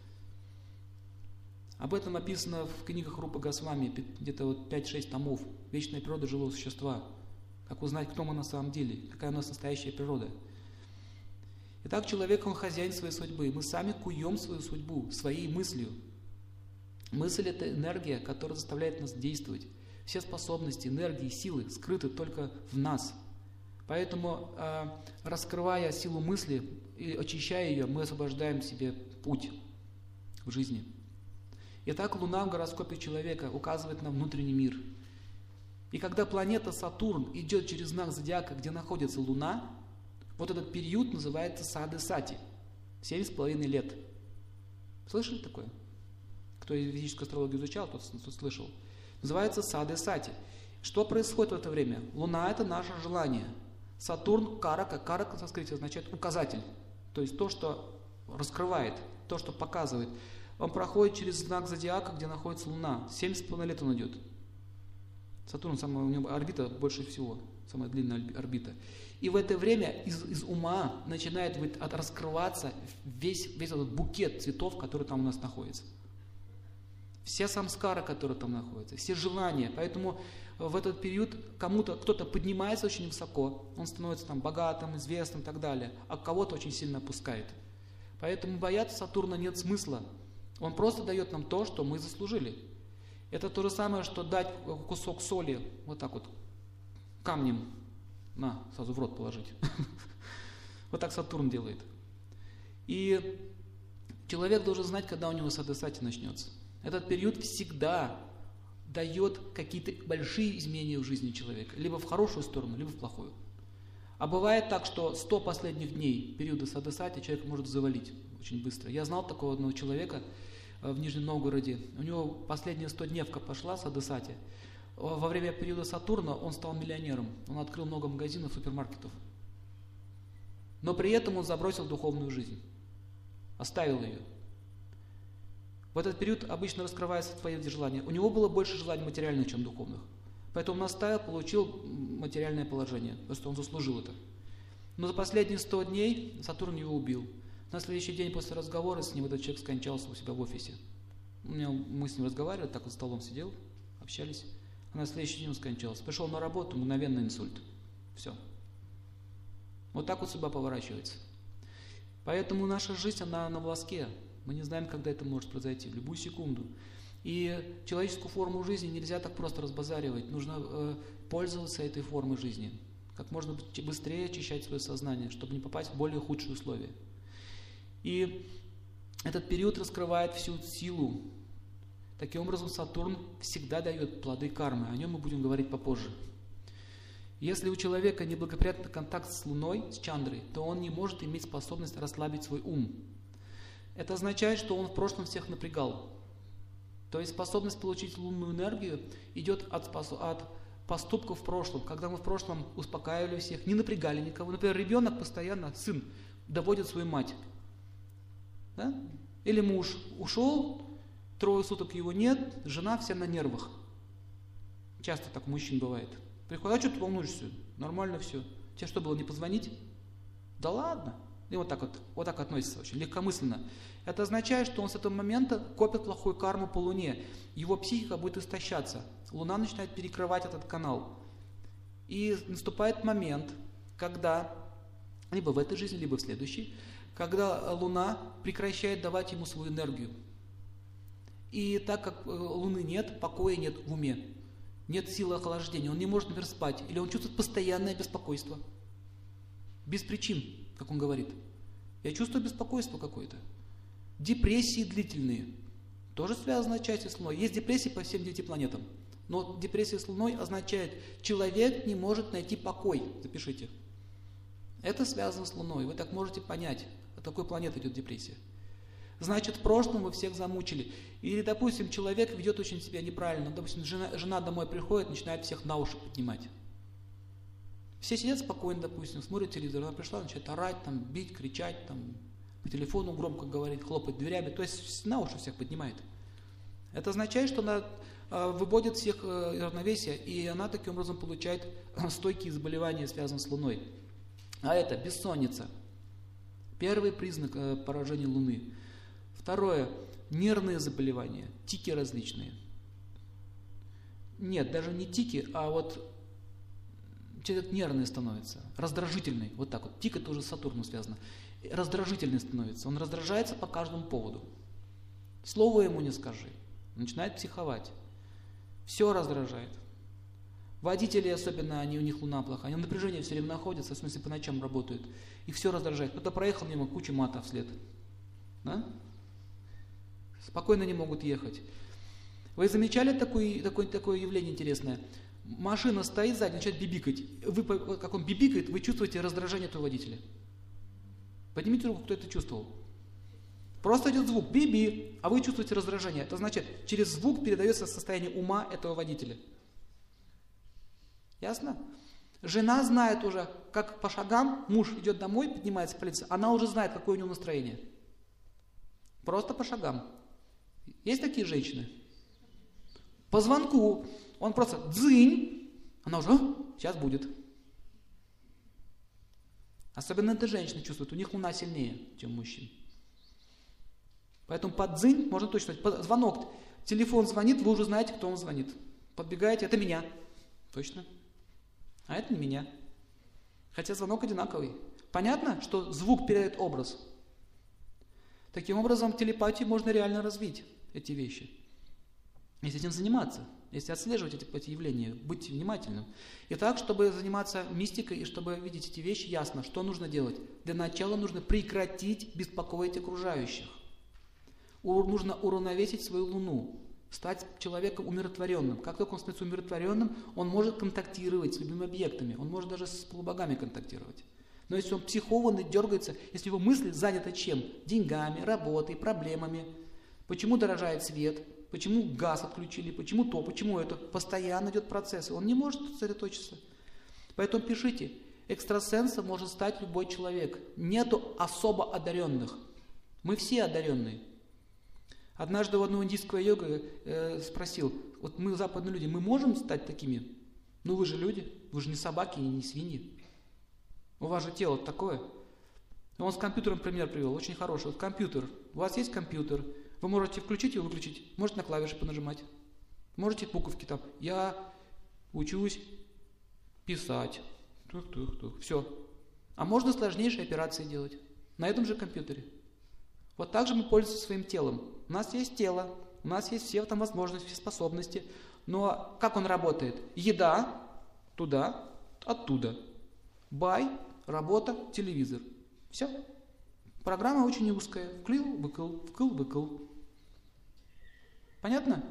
Об этом описано в книгах Рупы Госвами, где-то вот пять-шесть томов. Вечная природа живого существа. Как узнать, кто мы на самом деле, какая у нас настоящая природа. Итак, человек, он хозяин своей судьбы. Мы сами куем свою судьбу своей мыслью. Мысль – это энергия, которая заставляет нас действовать. Все способности, энергии, силы скрыты только в нас. Поэтому, раскрывая силу мысли и очищая ее, мы освобождаем себе путь в жизни. Итак, Луна в гороскопе человека указывает на внутренний мир. И когда планета Сатурн идет через знак зодиака, где находится Луна, вот этот период называется Сады-Сати, семь с половиной лет. Слышали такое? Кто ведическую астрологию изучал, тот, тот слышал. Называется Сады-Сати. Что происходит в это время? Луна – это наше желание. Сатурн – карака. Карака, в санскрите, означает указатель. То есть то, что раскрывает, то, что показывает. Он проходит через знак зодиака, где находится Луна. семь с половиной лет он идет. Сатурн, самая, у него орбита больше всего, самая длинная орбита. И в это время из, из ума начинает раскрываться весь, весь этот букет цветов, который там у нас находится. Все самскары, которые там находятся, все желания. Поэтому в этот период кому-то, кто-то поднимается очень высоко, он становится там богатым, известным и так далее, а кого-то очень сильно опускает. Поэтому бояться Сатурна нет смысла. Он просто дает нам то, что мы заслужили. Это то же самое, что дать кусок соли вот так вот камнем, на, сразу в рот положить. Вот так Сатурн делает. И человек должен знать, когда у него Сады-Сати начнется. Этот период всегда дает какие-то большие изменения в жизни человека. Либо в хорошую сторону, либо в плохую. А бывает так, что сто последних дней периода Сады-Сати человек может завалить очень быстро. Я знал такого одного человека в Нижнем Новгороде. У него последняя стодневка пошла, Сады-Сати. Во время периода Сатурна он стал миллионером. Он открыл много магазинов, супермаркетов. Но при этом он забросил духовную жизнь. Оставил ее. В этот период обычно раскрываются твои желания. У него было больше желаний материальных, чем духовных. Поэтому он оставил, получил материальное положение. Потому что он заслужил это. Но за последние сто дней Сатурн его убил. На следующий день после разговора с ним этот человек скончался у себя в офисе. У меня, мы с ним разговаривали, так за столом сидел, общались. А на следующий день он скончался. Пришел на работу, мгновенный инсульт. Все. Вот так вот судьба поворачивается. Поэтому наша жизнь, она на волоске. Мы не знаем, когда это может произойти, в любую секунду. И человеческую форму жизни нельзя так просто разбазаривать. Нужно э, пользоваться этой формой жизни. Как можно быстрее очищать свое сознание, чтобы не попасть в более худшие условия. И этот период раскрывает всю силу. Таким образом, Сатурн всегда дает плоды кармы. О нем мы будем говорить попозже. Если у человека неблагоприятный контакт с Луной, с Чандрой, то он не может иметь способность расслабить свой ум. Это означает, что он в прошлом всех напрягал. То есть способность получить лунную энергию идет от, от поступков в прошлом. Когда мы в прошлом успокаивали всех, не напрягали никого. Например, ребенок постоянно, сын, доводит свою мать. Да? Или муж ушел, трое суток его нет, жена вся на нервах. Часто так у мужчин бывает. Приходит, а что ты волнуешься? Нормально все. Тебе что было, не позвонить? Да ладно. И вот так вот, вот так относится очень легкомысленно. Это означает, что он с этого момента копит плохую карму по Луне. Его психика будет истощаться. Луна начинает перекрывать этот канал. И наступает момент, когда, либо в этой жизни, либо в следующей, когда Луна прекращает давать ему свою энергию. И так как Луны нет, покоя нет в уме. Нет силы охлаждения. Он не может, например, спать. Или он чувствует постоянное беспокойство. Без причин, как он говорит. Я чувствую беспокойство какое-то. Депрессии длительные. Тоже связано отчасти с Луной. Есть депрессии по всем девяти планетам. Но депрессия с Луной означает, человек не может найти покой. Запишите. Это связано с Луной. Вы так можете понять, от какой планеты идет депрессия. Значит, в прошлом вы всех замучили. Или, допустим, человек ведет очень себя неправильно. Допустим, жена, жена домой приходит, начинает всех на уши поднимать. Все сидят спокойно, допустим, смотрят телевизор. Она пришла, начинает орать, там, бить, кричать, там, по телефону громко говорить, хлопать дверями. То есть на уши всех поднимает. Это означает, что она э, выводит всех э, из равновесия, и она таким образом получает э, стойкие заболевания, связанные с Луной. А это бессонница. Первый признак э, поражения Луны. Второе. Нервные заболевания, тики различные. Нет, даже не тики, а вот человек нервный становится, раздражительный. Вот так вот. Тик это уже с Сатурном связано. раздражительный становится. Он раздражается по каждому поводу. Слово ему не скажи. Начинает психовать. Все раздражает. Водители особенно, они, у них луна плохая. Они в напряжении все время находятся, в смысле по ночам работают. И все раздражает. Кто-то проехал мимо, куча мата вслед. Да? Спокойно не могут ехать. Вы замечали такое, такое, такое явление интересное? Машина стоит сзади, начинает бибикать. Вы, как он бибикает, вы чувствуете раздражение этого водителя. Поднимите руку, кто это чувствовал. Просто идет звук би-би, а вы чувствуете раздражение. Это значит, через звук передается состояние ума этого водителя. Ясно? Жена знает уже, как по шагам, муж идет домой, поднимается по лестнице, она уже знает, какое у него настроение. Просто по шагам. Есть такие женщины? По звонку. Он просто дзынь, она уже, сейчас будет. Особенно это женщины чувствуют, у них луна сильнее, чем мужчин. Поэтому под дзынь можно точно сказать. Звонок, телефон звонит, вы уже знаете, кто он звонит. Подбегаете, это меня. Точно. А это не меня. Хотя звонок одинаковый. Понятно, что звук передает образ. Таким образом, телепатию можно реально развить, эти вещи. Если этим заниматься, если отслеживать эти, эти явления, быть внимательным. И так, чтобы заниматься мистикой и чтобы видеть эти вещи ясно, что нужно делать. Для начала нужно прекратить беспокоить окружающих. У, нужно уравновесить свою луну, стать человеком умиротворенным. Как только он становится умиротворенным, он может контактировать с любыми объектами, он может даже с полубогами контактировать. Но если он психованный, дергается, если его мысли заняты чем? Деньгами, работой, проблемами. Почему дорожает свет? Почему газ отключили? Почему то? Почему это? Постоянно идет процесс, и он не может сосредоточиться. Поэтому пишите, экстрасенсом может стать любой человек. Нету особо одаренных. Мы все одаренные. Однажды у одного индийского йога э, спросил, вот мы, западные люди, мы можем стать такими? Ну вы же люди, вы же не собаки и не свиньи. У вас же тело такое. Он с компьютером пример привел, очень хороший. Вот компьютер, у вас есть компьютер, вы можете включить и выключить, можете на клавиши понажимать, можете буковки там. Я учусь писать. Тух-тух-тух. Все. А можно сложнейшие операции делать на этом же компьютере. Вот так же мы пользуемся своим телом. У нас есть тело, у нас есть все там возможности, все способности. Но как он работает? Еда, туда, оттуда. Бай, работа, телевизор. Все. Программа очень узкая. Вклил, выкл, вкл, выкл. Понятно?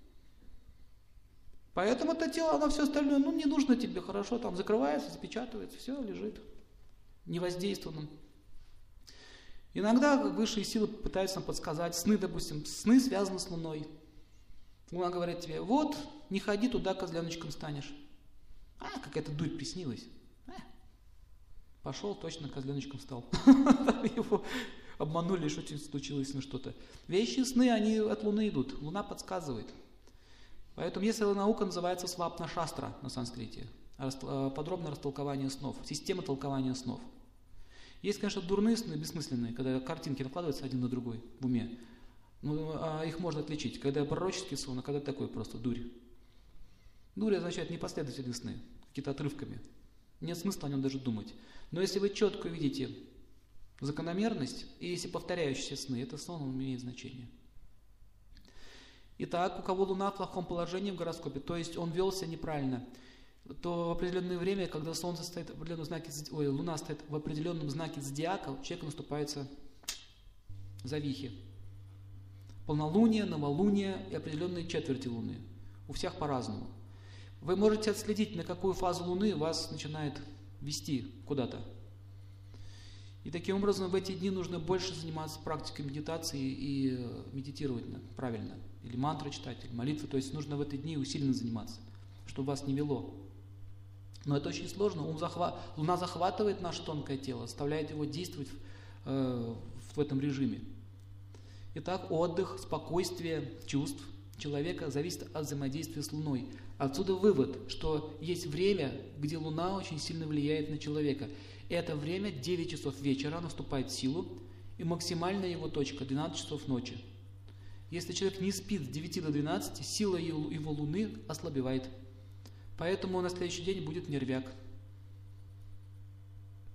Поэтому это тело, оно все остальное, ну не нужно тебе, хорошо, там закрывается, запечатывается, все лежит невоздействованным. Иногда высшие силы пытаются нам подсказать, сны, допустим, сны связаны с Луной. Луна говорит тебе, вот, не ходи туда, козленочком станешь. А, какая-то дурь приснилась. А, пошел, точно козленочком стал. Его обманули, что случилось, ну что-то. Вещи, сны, они от Луны идут. Луна подсказывает. Поэтому, если наука называется свапна-шастра на санскрите, подробное растолкование снов, система толкования снов. Есть, конечно, дурные сны, бессмысленные, когда картинки накладываются один на другой в уме. Ну, а их можно отличить, когда пророческий сон, а когда такой просто дурь. Дурь означает непоследовательные сны, какие-то отрывками. Нет смысла о нем даже думать. Но если вы четко видите закономерность, и если повторяющиеся сны, это сон, он имеет значение. Итак, у кого Луна в плохом положении в гороскопе, то есть он вел себя неправильно, то в определенное время, когда Солнце стоит в определенном знаке, ой, Луна стоит в определенном знаке зодиака, у человека наступаются завихи. Полнолуние, новолуние и определенные четверти Луны. У всех по-разному. Вы можете отследить, на какую фазу Луны вас начинает вести куда-то. И таким образом в эти дни нужно больше заниматься практикой медитации и медитировать правильно. Или мантры читать, или молитвы. То есть нужно в эти дни усиленно заниматься, чтобы вас не вело. Но это очень сложно. Ум захва... Луна захватывает наше тонкое тело, заставляет его действовать э, в этом режиме. Итак, отдых, спокойствие чувств человека зависит от взаимодействия с Луной. Отсюда вывод, что есть время, где Луна очень сильно влияет на человека. Это время девять часов вечера наступает в силу, и максимальная его точка двенадцать часов ночи. Если человек не спит с девяти до двенадцати, сила его Луны ослабевает. Поэтому на следующий день будет нервяк.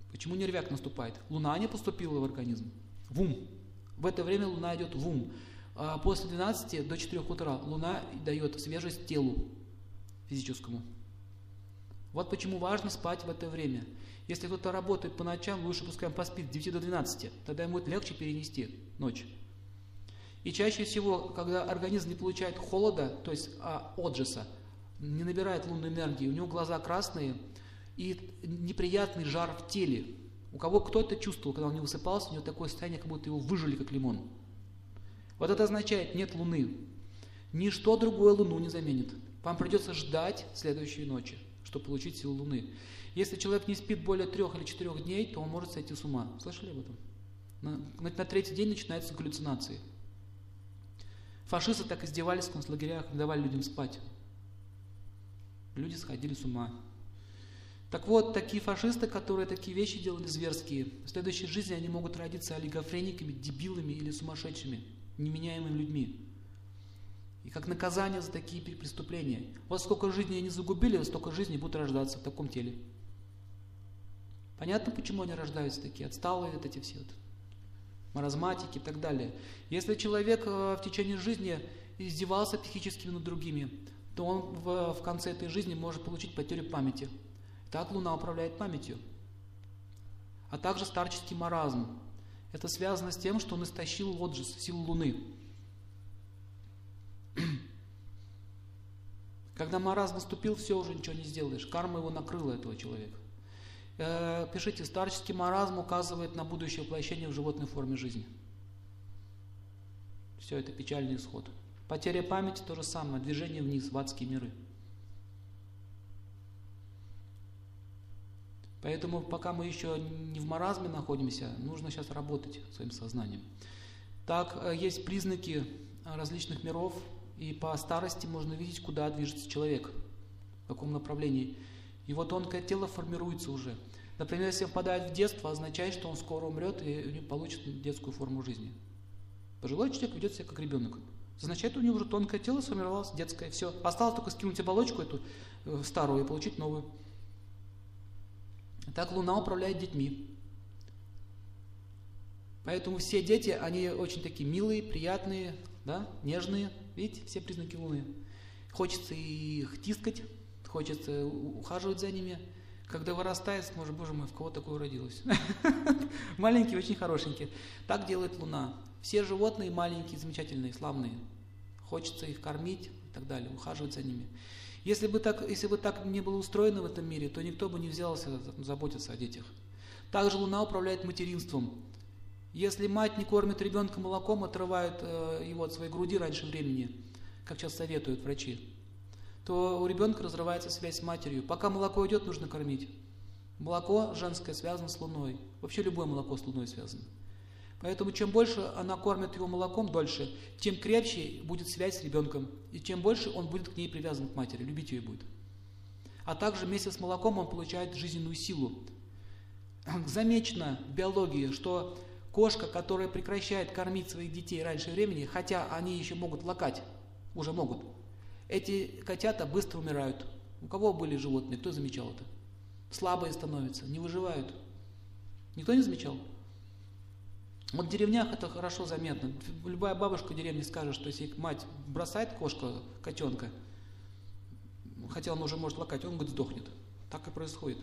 Почему нервяк наступает? Луна не поступила в организм, в ум. В это время Луна идет в ум. А после двенадцати до четырёх утра Луна дает свежесть телу физическому. Вот почему важно спать в это время. Если кто-то работает по ночам, лучше пускай он поспит с девяти до двенадцати, тогда ему будет легче перенести ночь. И чаще всего, когда организм не получает холода, то есть а, отжиса, не набирает лунной энергии, у него глаза красные и неприятный жар в теле. У кого кто-то чувствовал, когда он не высыпался, у него такое состояние, как будто его выжили, как лимон. Вот это означает, нет луны. Ничто другое луну не заменит. Вам придется ждать следующей ночи, чтобы получить силу луны. Если человек не спит более трех или четырех дней, то он может сойти с ума. Слышали об этом? На, на, на третий день начинаются галлюцинации. Фашисты так издевались в концлагерях, не давали людям спать. Люди сходили с ума. Так вот, такие фашисты, которые такие вещи делали зверские, в следующей жизни они могут родиться олигофрениками, дебилами или сумасшедшими, неменяемыми людьми. И как наказание за такие преступления. Вот сколько жизней они загубили, вот столько жизней будут рождаться в таком теле. Понятно, почему они рождаются такие, отсталые вот эти все вот маразматики и так далее. Если человек в течение жизни издевался психически над другими, то он в, в конце этой жизни может получить потерю памяти. Так Луна управляет памятью. А также старческий маразм. Это связано с тем, что он истощил отжиз, силу Луны. Когда маразм наступил, все, уже ничего не сделаешь. Карма его накрыла, этого человека. Э, пишите, старческий маразм указывает на будущее воплощение в животной форме жизни. Все, это печальный исход. Потеря памяти то же самое, движение вниз, в адские миры. Поэтому, пока мы еще не в маразме находимся, нужно сейчас работать своим сознанием. Так, есть признаки различных миров, и по старости можно видеть, куда движется человек, в каком направлении. Его тонкое тело формируется уже. Например, если он впадает в детство, означает, что он скоро умрет и получит детскую форму жизни. Пожилой человек ведет себя как ребенок. Означает, что у него уже тонкое тело сформировалось, детское, все. Осталось только скинуть оболочку эту старую и получить новую. Так Луна управляет детьми. Поэтому все дети, они очень такие милые, приятные, да, нежные. Видите, все признаки Луны. Хочется их тискать, хочется ухаживать за ними. Когда вырастает, может, боже мой, в кого такое родилось? Маленькие, очень хорошенькие. Так делает Луна. Все животные маленькие, замечательные, славные. Хочется их кормить и так далее, ухаживать за ними. Если бы так, если бы так не было устроено в этом мире, то никто бы не взялся заботиться о детях. Также Луна управляет материнством. Если мать не кормит ребенка молоком, отрывает э, его от своей груди раньше времени, как сейчас советуют врачи, то у ребенка разрывается связь с матерью. Пока молоко идет, нужно кормить. Молоко женское связано с Луной. Вообще любое молоко с Луной связано. Поэтому чем больше она кормит его молоком дольше, тем крепче будет связь с ребенком. И чем больше он будет к ней привязан, к матери, любить ее будет. А также вместе с молоком он получает жизненную силу. Замечено в биологии, что кошка, которая прекращает кормить своих детей раньше времени, хотя они еще могут лакать, уже могут, эти котята быстро умирают. У кого были животные, кто замечал это? Слабые становятся, не выживают. Никто не замечал? Вот в деревнях это хорошо заметно. Любая бабушка в деревне скажет, что если мать бросает кошка, котенка, хотя он уже может лакать, он, говорит, сдохнет. Так и происходит.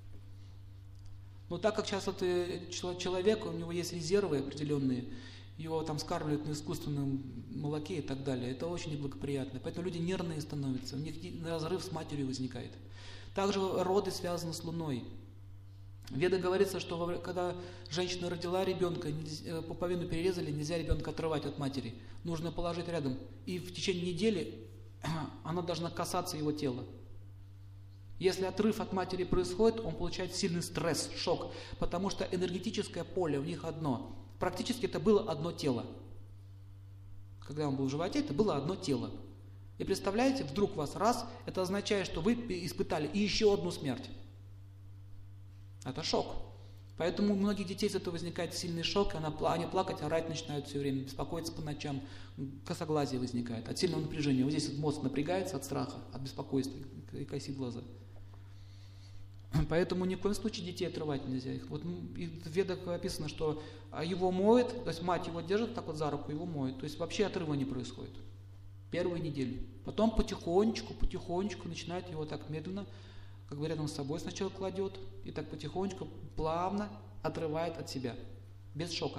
Но так как сейчас вот человек, у него есть резервы определенные, его там скармливают на искусственном молоке и так далее, это очень неблагоприятно. Поэтому люди нервные становятся, у них разрыв с матерью возникает. Также роды связаны с Луной. В Ведах говорится, что когда женщина родила ребенка, пуповину перерезали, нельзя ребенка отрывать от матери. Нужно положить рядом. И в течение недели она должна касаться его тела. Если отрыв от матери происходит, он получает сильный стресс, шок, потому что энергетическое поле у них одно. Практически это было одно тело. Когда он был в животе, это было одно тело. И представляете, вдруг вас раз, это означает, что вы испытали и еще одну смерть. Это шок. Поэтому у многих детей из этого возникает сильный шок, и они плакать, орать начинают все время, беспокоиться по ночам, косоглазие возникает от сильного напряжения. Вот здесь мозг напрягается от страха, от беспокойства и косит глаза. Поэтому ни в коем случае детей отрывать нельзя. Вот в Ведах описано, что его моют, то есть мать его держит так вот за руку, его моют. То есть вообще отрыва не происходит. Первые недели. Потом потихонечку, потихонечку начинает его так медленно, как бы рядом с собой сначала кладет, и так потихонечку, плавно отрывает от себя. Без шока.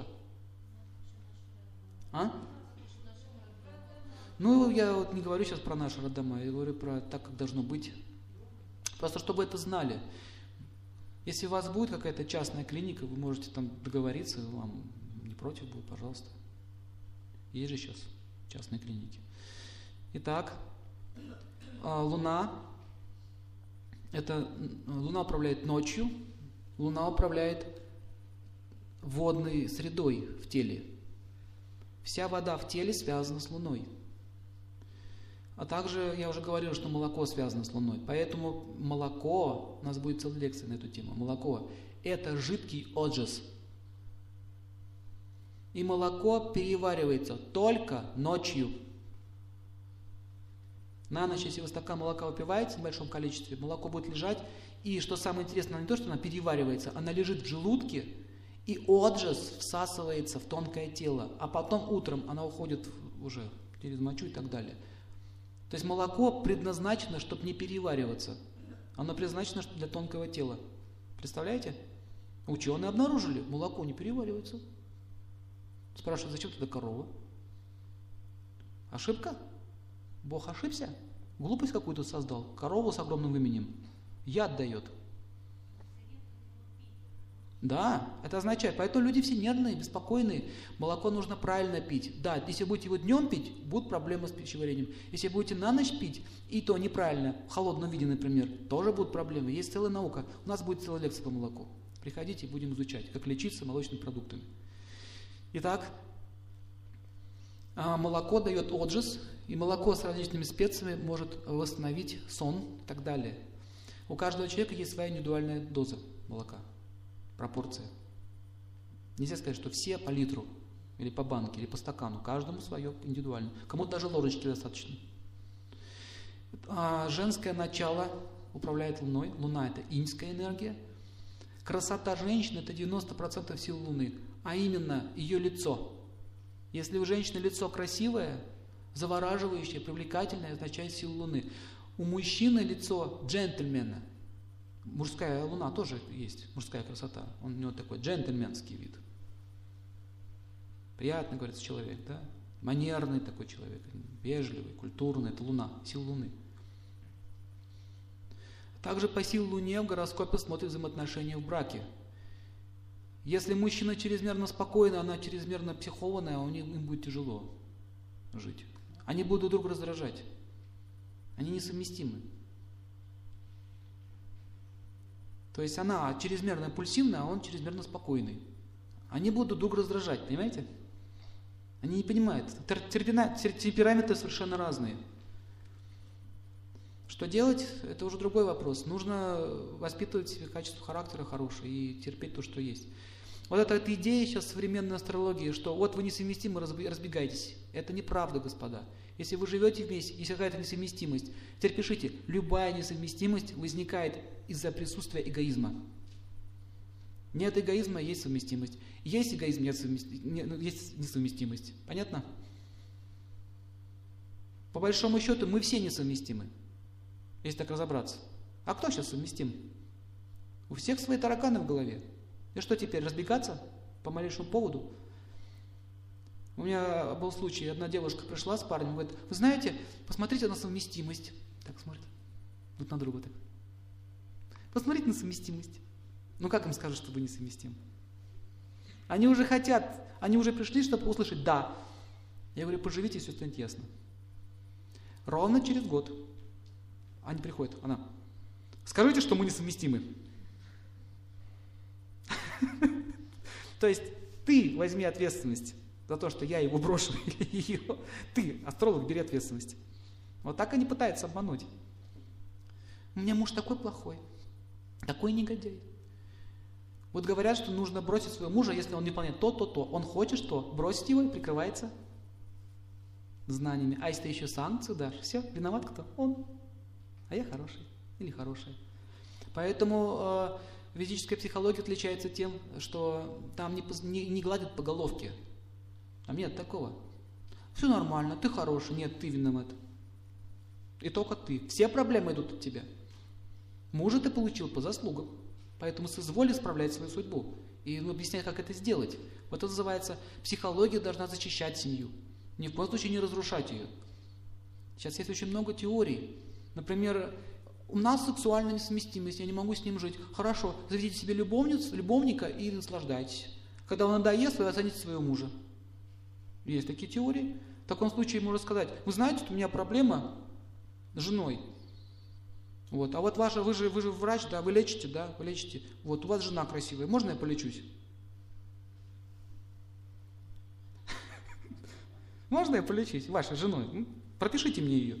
А? Ну, я вот не говорю сейчас про наши роддома, я говорю про так, как должно быть. Просто чтобы это знали. Если у вас будет какая-то частная клиника, вы можете там договориться, вам не против будет, пожалуйста. Есть же сейчас частные клиники. Итак, Луна, это Луна управляет ночью, Луна управляет водной средой в теле. Вся вода в теле связана с Луной. А также я уже говорил, что молоко связано с Луной. Поэтому молоко, у нас будет целая лекция на эту тему. Молоко – это жидкий отжиз. И молоко переваривается только ночью. На ночь, если вы стакан молока выпиваете в большом количестве, молоко будет лежать. И что самое интересное, не то, что она переваривается, она лежит в желудке, и отжиз всасывается в тонкое тело. А потом утром она уходит уже через мочу и так далее. То есть молоко предназначено, чтобы не перевариваться. Оно предназначено для тонкого тела. Представляете? Ученые обнаружили, молоко не переваривается. Спрашивают, зачем тогда корова? Ошибка? Бог ошибся? Глупость какую-то создал. Корову с огромным именем. Яд дает. Да, это означает, поэтому люди все нервные, беспокойные. Молоко нужно правильно пить. Да, если будете его днем пить, будут проблемы с пищеварением. Если будете на ночь пить, и то неправильно, в холодном виде, например, тоже будут проблемы. Есть целая наука. У нас будет целая лекция по молоку. Приходите, будем изучать, как лечиться молочными продуктами. Итак, молоко дает отжиз, и молоко с различными специями может восстановить сон и так далее. У каждого человека есть своя индивидуальная доза молока. Пропорция. Нельзя сказать, что все по литру, или по банке, или по стакану. Каждому свое индивидуально. Кому-то даже ложечки достаточно. А женское начало управляет Луной. Луна – это иньская энергия. Красота женщины – это девяносто процентов сил Луны. А именно ее лицо. Если у женщины лицо красивое, завораживающее, привлекательное, означает силу Луны. У мужчины лицо джентльмена. Мужская луна тоже есть, мужская красота. Он, у него такой джентльменский вид. Приятный, говорится, человек, да? Манерный такой человек, вежливый, культурный. Это луна, сила луны. Также по силе луне в гороскопе смотрят взаимоотношения в браке. Если мужчина чрезмерно спокойный, она чрезмерно психованная, у них, им будет тяжело жить. Они будут друг друга раздражать. Они несовместимы. То есть она чрезмерно импульсивная, а он чрезмерно спокойный. Они будут друг раздражать, понимаете? Они не понимают. Темпераменты совершенно разные. Что делать, это уже другой вопрос. Нужно воспитывать в себе качество характера хорошее и терпеть то, что есть. Вот эта, эта идея сейчас современной астрологии, что вот вы несовместимы, разбегайтесь. Это неправда, господа. Если вы живете вместе, есть какая-то несовместимость, теперь пишите, любая несовместимость возникает из-за присутствия эгоизма. Нет эгоизма, есть совместимость. Есть эгоизм, нет совместимость, есть несовместимость. Понятно? По большому счету мы все несовместимы, если так разобраться. А кто сейчас совместим? У всех свои тараканы в голове. И что теперь, разбегаться по малейшему поводу? У меня был случай, одна девушка пришла с парнем, говорит, вы знаете, посмотрите на совместимость. Так смотрит, друг на друга так. Посмотрите на совместимость. Ну как им скажут, что вы несовместимы? Они уже хотят, они уже пришли, чтобы услышать «да». Я говорю, поживите, все станет ясно. Ровно через год они приходят, она, скажите, что мы несовместимы. То есть ты возьми ответственность за то, что я его брошу или ее. Ты, астролог, бери ответственность. Вот так они пытаются обмануть. У меня муж такой плохой, такой негодяй. Вот говорят, что нужно бросить своего мужа, если он не выполняет то, то, то. Он хочет что? Бросить его и прикрывается знаниями. А если ты еще санкцию дашь, все, виноват кто? Он. А я хороший или хорошая. Поэтому э, ведическая психология отличается тем, что там не, не, не гладят по головке. Там нет такого. Все нормально, ты хороший, нет, ты виноват. И только ты. Все проблемы идут от тебя. Мужа ты получил по заслугам. Поэтому соизволь исправлять свою судьбу. И ну, объяснять, как это сделать. Вот это называется, психология должна защищать семью. Ни в коем случае не разрушать ее. Сейчас есть очень много теорий. Например, у нас сексуальная несовместимость, я не могу с ним жить. Хорошо, заведите себе любовницу, любовника и наслаждайтесь. Когда он надоест, вы оцените своего мужа. Есть такие теории. В таком случае можно сказать, вы знаете, что у меня проблема с женой. Вот. А вот ваша, вы же, вы же врач, да, вы лечите, да, вы лечите. Вот, у вас жена красивая, можно я полечусь? Можно я полечусь вашей женой? Пропишите мне ее.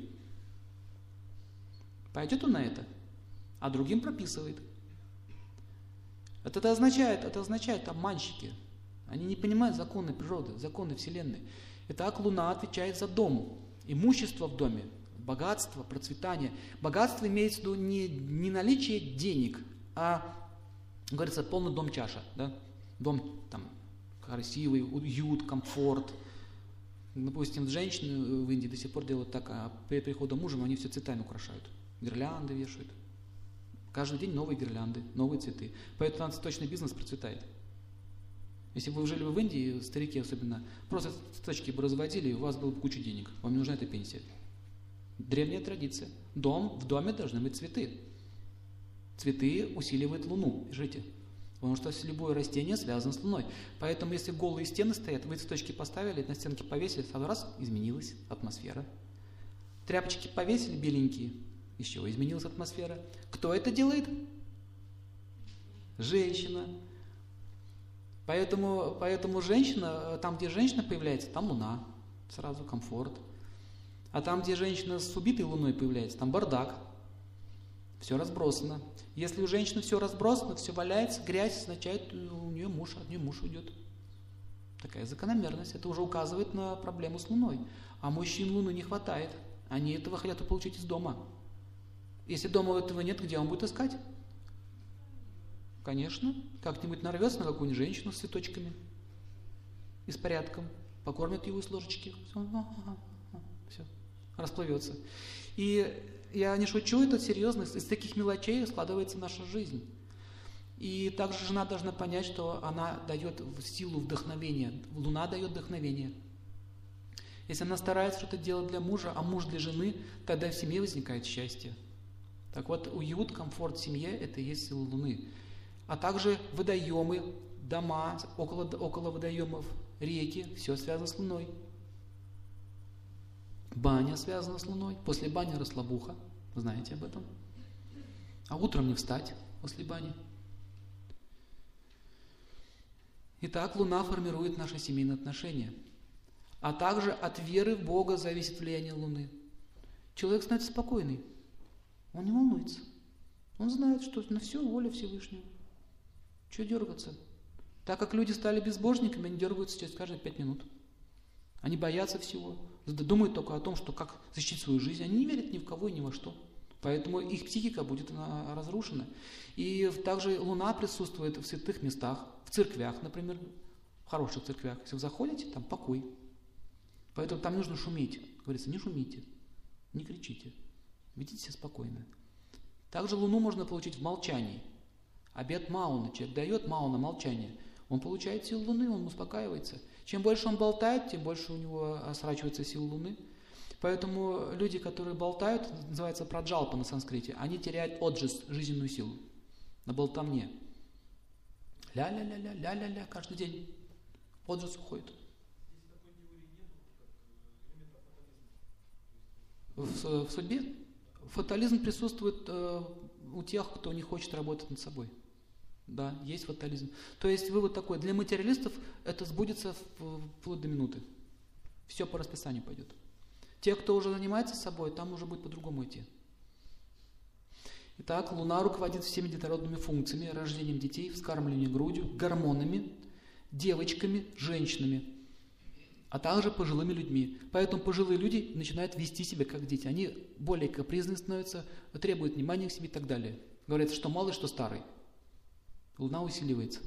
Пойдет он на это, а другим прописывает. Это означает, это означает обманщики. Они не понимают законы природы, законы Вселенной. Итак, Луна отвечает за дом, имущество в доме, богатство, процветание. Богатство имеется в виду не, не наличие денег, а, говорится, полный дом чаша. Да? Дом там красивый, уют, комфорт. Допустим, женщины в Индии до сих пор делают так, а перед приходом мужа они все цветами украшают. Гирлянды вешают. Каждый день новые гирлянды, новые цветы. Поэтому там цветочный бизнес процветает. Если бы вы жили в Индии, старики особенно, просто цветочки бы разводили, и у вас было бы куча денег. Вам не нужна эта пенсия. Древняя традиция. Дом, в доме должны быть цветы. Цветы усиливают Луну. Пишите. Потому что любое растение связано с Луной. Поэтому, если голые стены стоят, вы цветочки поставили, на стенки повесили, сразу раз, изменилась атмосфера. Тряпочки повесили беленькие, еще изменилась атмосфера. Кто это делает? Женщина. Поэтому, поэтому женщина, там, где женщина появляется, там Луна. Сразу комфорт. А там, где женщина с убитой Луной появляется, там бардак. Все разбросано. Если у женщины все разбросано, все валяется, грязь, означает, у нее муж, от нее муж уйдет. Такая закономерность. Это уже указывает на проблему с Луной. А мужчин Луны не хватает. Они этого хотят получить из дома. Если дома этого нет, где он будет искать? Конечно. Как-нибудь нарвется на какую-нибудь женщину с цветочками и с порядком. Покормят его из ложечки. Все. Все. Расплывется. И я не шучу, это серьезно. Из таких мелочей складывается наша жизнь. И также жена должна понять, что она дает силу вдохновения. Луна дает вдохновение. Если она старается что-то делать для мужа, а муж для жены, тогда в семье возникает счастье. Так вот, уют, комфорт в семье – это и есть сила Луны. А также водоемы, дома, около, около водоемов, реки – все связано с Луной. Баня связана с Луной. После бани расслабуха. Вы знаете об этом. А утром не встать после бани. Итак, Луна формирует наши семейные отношения. А также от веры в Бога зависит влияние Луны. Человек становится спокойный. Он не волнуется. Он знает, что на все воля Всевышнего. Чего дергаться? Так как люди стали безбожниками, они дергаются через каждые пять минут. Они боятся всего. Думают только о том, что как защитить свою жизнь. Они не верят ни в кого и ни во что. Поэтому их психика будет разрушена. И также Луна присутствует в святых местах, в церквях, например, в хороших церквях. Если вы заходите, там покой. Поэтому там нужно шуметь. Говорится, не шумите, не кричите. Ведите себя спокойно. Также Луну можно получить в молчании. Обет Мауна. Человек дает Мауна молчание. Он получает силу Луны, он успокаивается. Чем больше он болтает, тем больше у него срачивается сила Луны. Поэтому люди, которые болтают, называется праджалпа на санскрите, они теряют отжиз, жизненную силу. На болтовне. Ля-ля-ля-ля, ля-ля-ля, каждый день. Отжиз уходит. В, в судьбе фатализм присутствует э, у тех, кто не хочет работать над собой. Да, есть фатализм. То есть вывод такой, для материалистов это сбудется вплоть до минуты. Все по расписанию пойдет. Те, кто уже занимается собой, там уже будет по-другому идти. Итак, Луна руководит всеми детородными функциями, рождением детей, вскармливанием грудью, гормонами, девочками, женщинами, а также пожилыми людьми. Поэтому пожилые люди начинают вести себя как дети. Они более капризны становятся, требуют внимания к себе и так далее. Говорится, что малый, что старый. Луна усиливается.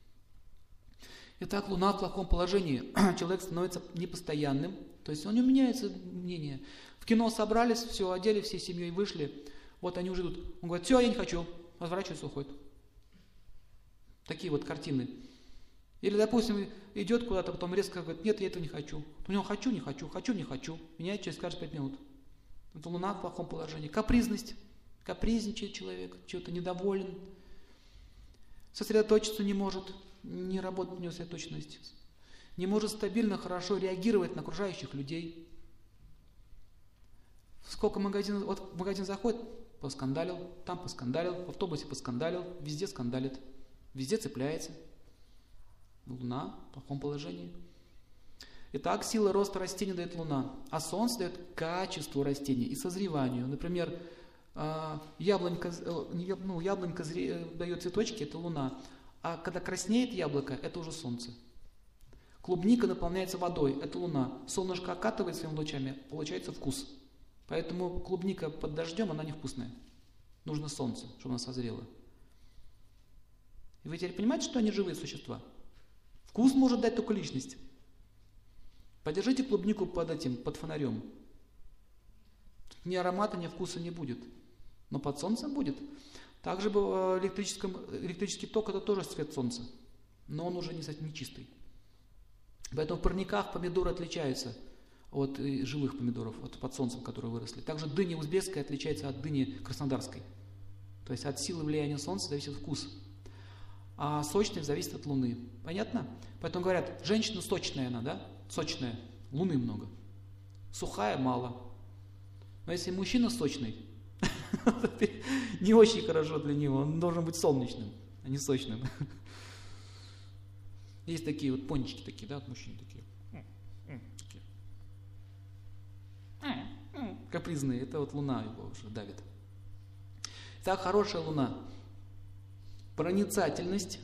Итак, Луна в плохом положении. Человек становится непостоянным. То есть он не меняется мнение. В кино собрались, все, одели всей семьей, вышли. Вот они уже идут. Он говорит, все, я не хочу. Разворачивается, уходит. Такие вот картины. Или, допустим, идет куда-то, потом резко говорит, нет, я этого не хочу. У него хочу, не хочу, хочу, не хочу. Меняет через каждые пять минут. Это Луна в плохом положении. Капризность. Капризничает человек, чего-то недоволен. Сосредоточиться не может. Не работает у него сосредоточенность. Не может стабильно, хорошо реагировать на окружающих людей. Сколько магазин, вот в магазин заходит, поскандалил, там поскандалил, в автобусе поскандалил, везде скандалит, везде цепляется. Луна в плохом положении. Итак, сила роста растения дает Луна, а Солнце дает качеству растения и созреванию. Например, яблонька, ну, яблонька дает цветочки, это Луна, а когда краснеет яблоко, это уже Солнце. Клубника наполняется водой, это Луна. Солнышко окатывает своими лучами, получается вкус. Поэтому клубника под дождем, она невкусная. Нужно солнце, чтобы она созрела. И вы теперь понимаете, что они живые существа? Вкус может дать только личность. Подержите клубнику под этим, под фонарем. Ни аромата, ни вкуса не будет. Но под солнцем будет. Также в электрическом, электрический ток это тоже свет солнца. Но он уже не, не чистый. Поэтому в парниках помидоры отличаются от живых помидоров, от под солнцем, которые выросли. Также дыня узбекская отличается от дыни краснодарской. То есть от силы влияния солнца зависит вкус. А сочность зависит от луны. Понятно? Поэтому говорят, женщина сочная она, да? Сочная. Луны много. Сухая мало. Но если мужчина сочный, не очень хорошо для него. Он должен быть солнечным, а не сочным. Есть такие вот пончики такие, да, от мужчин такие. Капризные. Это вот луна его уже давит. Итак, хорошая луна. Проницательность.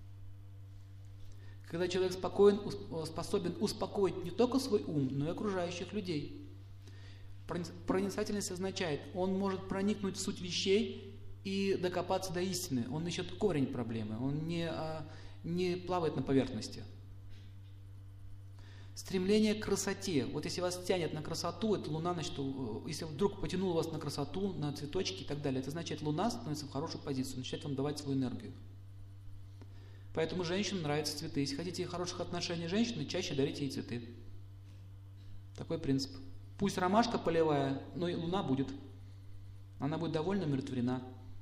Когда человек спокоен, способен успокоить не только свой ум, но и окружающих людей. Проницательность означает, он может проникнуть в суть вещей и докопаться до истины. Он ищет корень проблемы, он не, не плавает на поверхности. Стремление к красоте. Вот если вас тянет на красоту, это луна, значит, если вдруг потянуло вас на красоту, на цветочки и так далее, это значит, луна становится в хорошую позицию, начинает вам давать свою энергию. Поэтому женщинам нравятся цветы. Если хотите хороших отношений с женщиной, чаще дарите ей цветы. Такой принцип. Пусть ромашка полевая, но и луна будет. Она будет довольно умиротворена.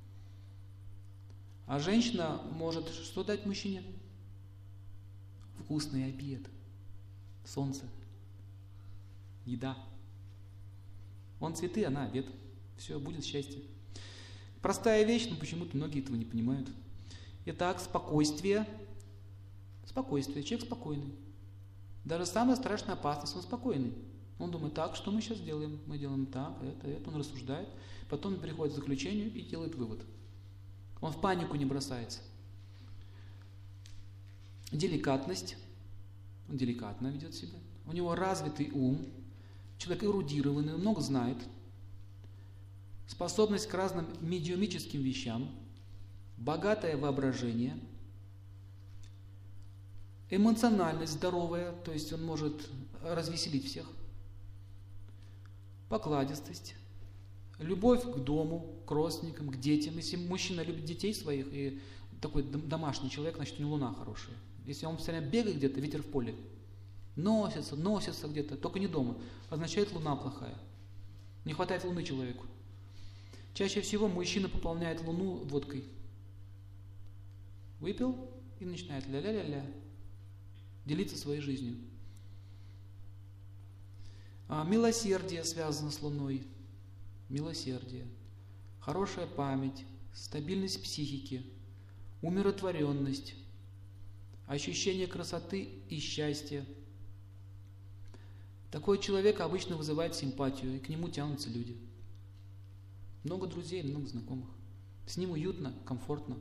А женщина может что дать мужчине? Вкусный обед. Солнце. Еда. Он цветы, она обед. Все, будет счастье. Простая вещь, но почему-то многие этого не понимают. Итак, спокойствие. Спокойствие. Человек спокойный. Даже самая страшная опасность, он спокойный. Он думает, так, что мы сейчас делаем? Мы делаем так, это, это. Он рассуждает. Потом он приходит к заключению и делает вывод. Он в панику не бросается. Деликатность. Он деликатно ведет себя. У него развитый ум. Человек эрудированный, много знает. Способность к разным медиумическим вещам. Богатое воображение. Эмоциональность здоровая, то есть он может развеселить всех. Покладистость. Любовь к дому, к родственникам, к детям. Если мужчина любит детей своих и такой домашний человек, значит у него луна хорошая. Если он постоянно бегает где-то, ветер в поле, носится, носится где-то, только не дома, означает луна плохая. Не хватает луны человеку. Чаще всего мужчина пополняет луну водкой. Выпил и начинает ля-ля-ля-ля делиться своей жизнью. А милосердие связано с луной. Милосердие. Хорошая память, стабильность психики, умиротворенность, ощущение красоты и счастья. Такой человек обычно вызывает симпатию, и к нему тянутся люди. Много друзей, много знакомых. С ним уютно, комфортно.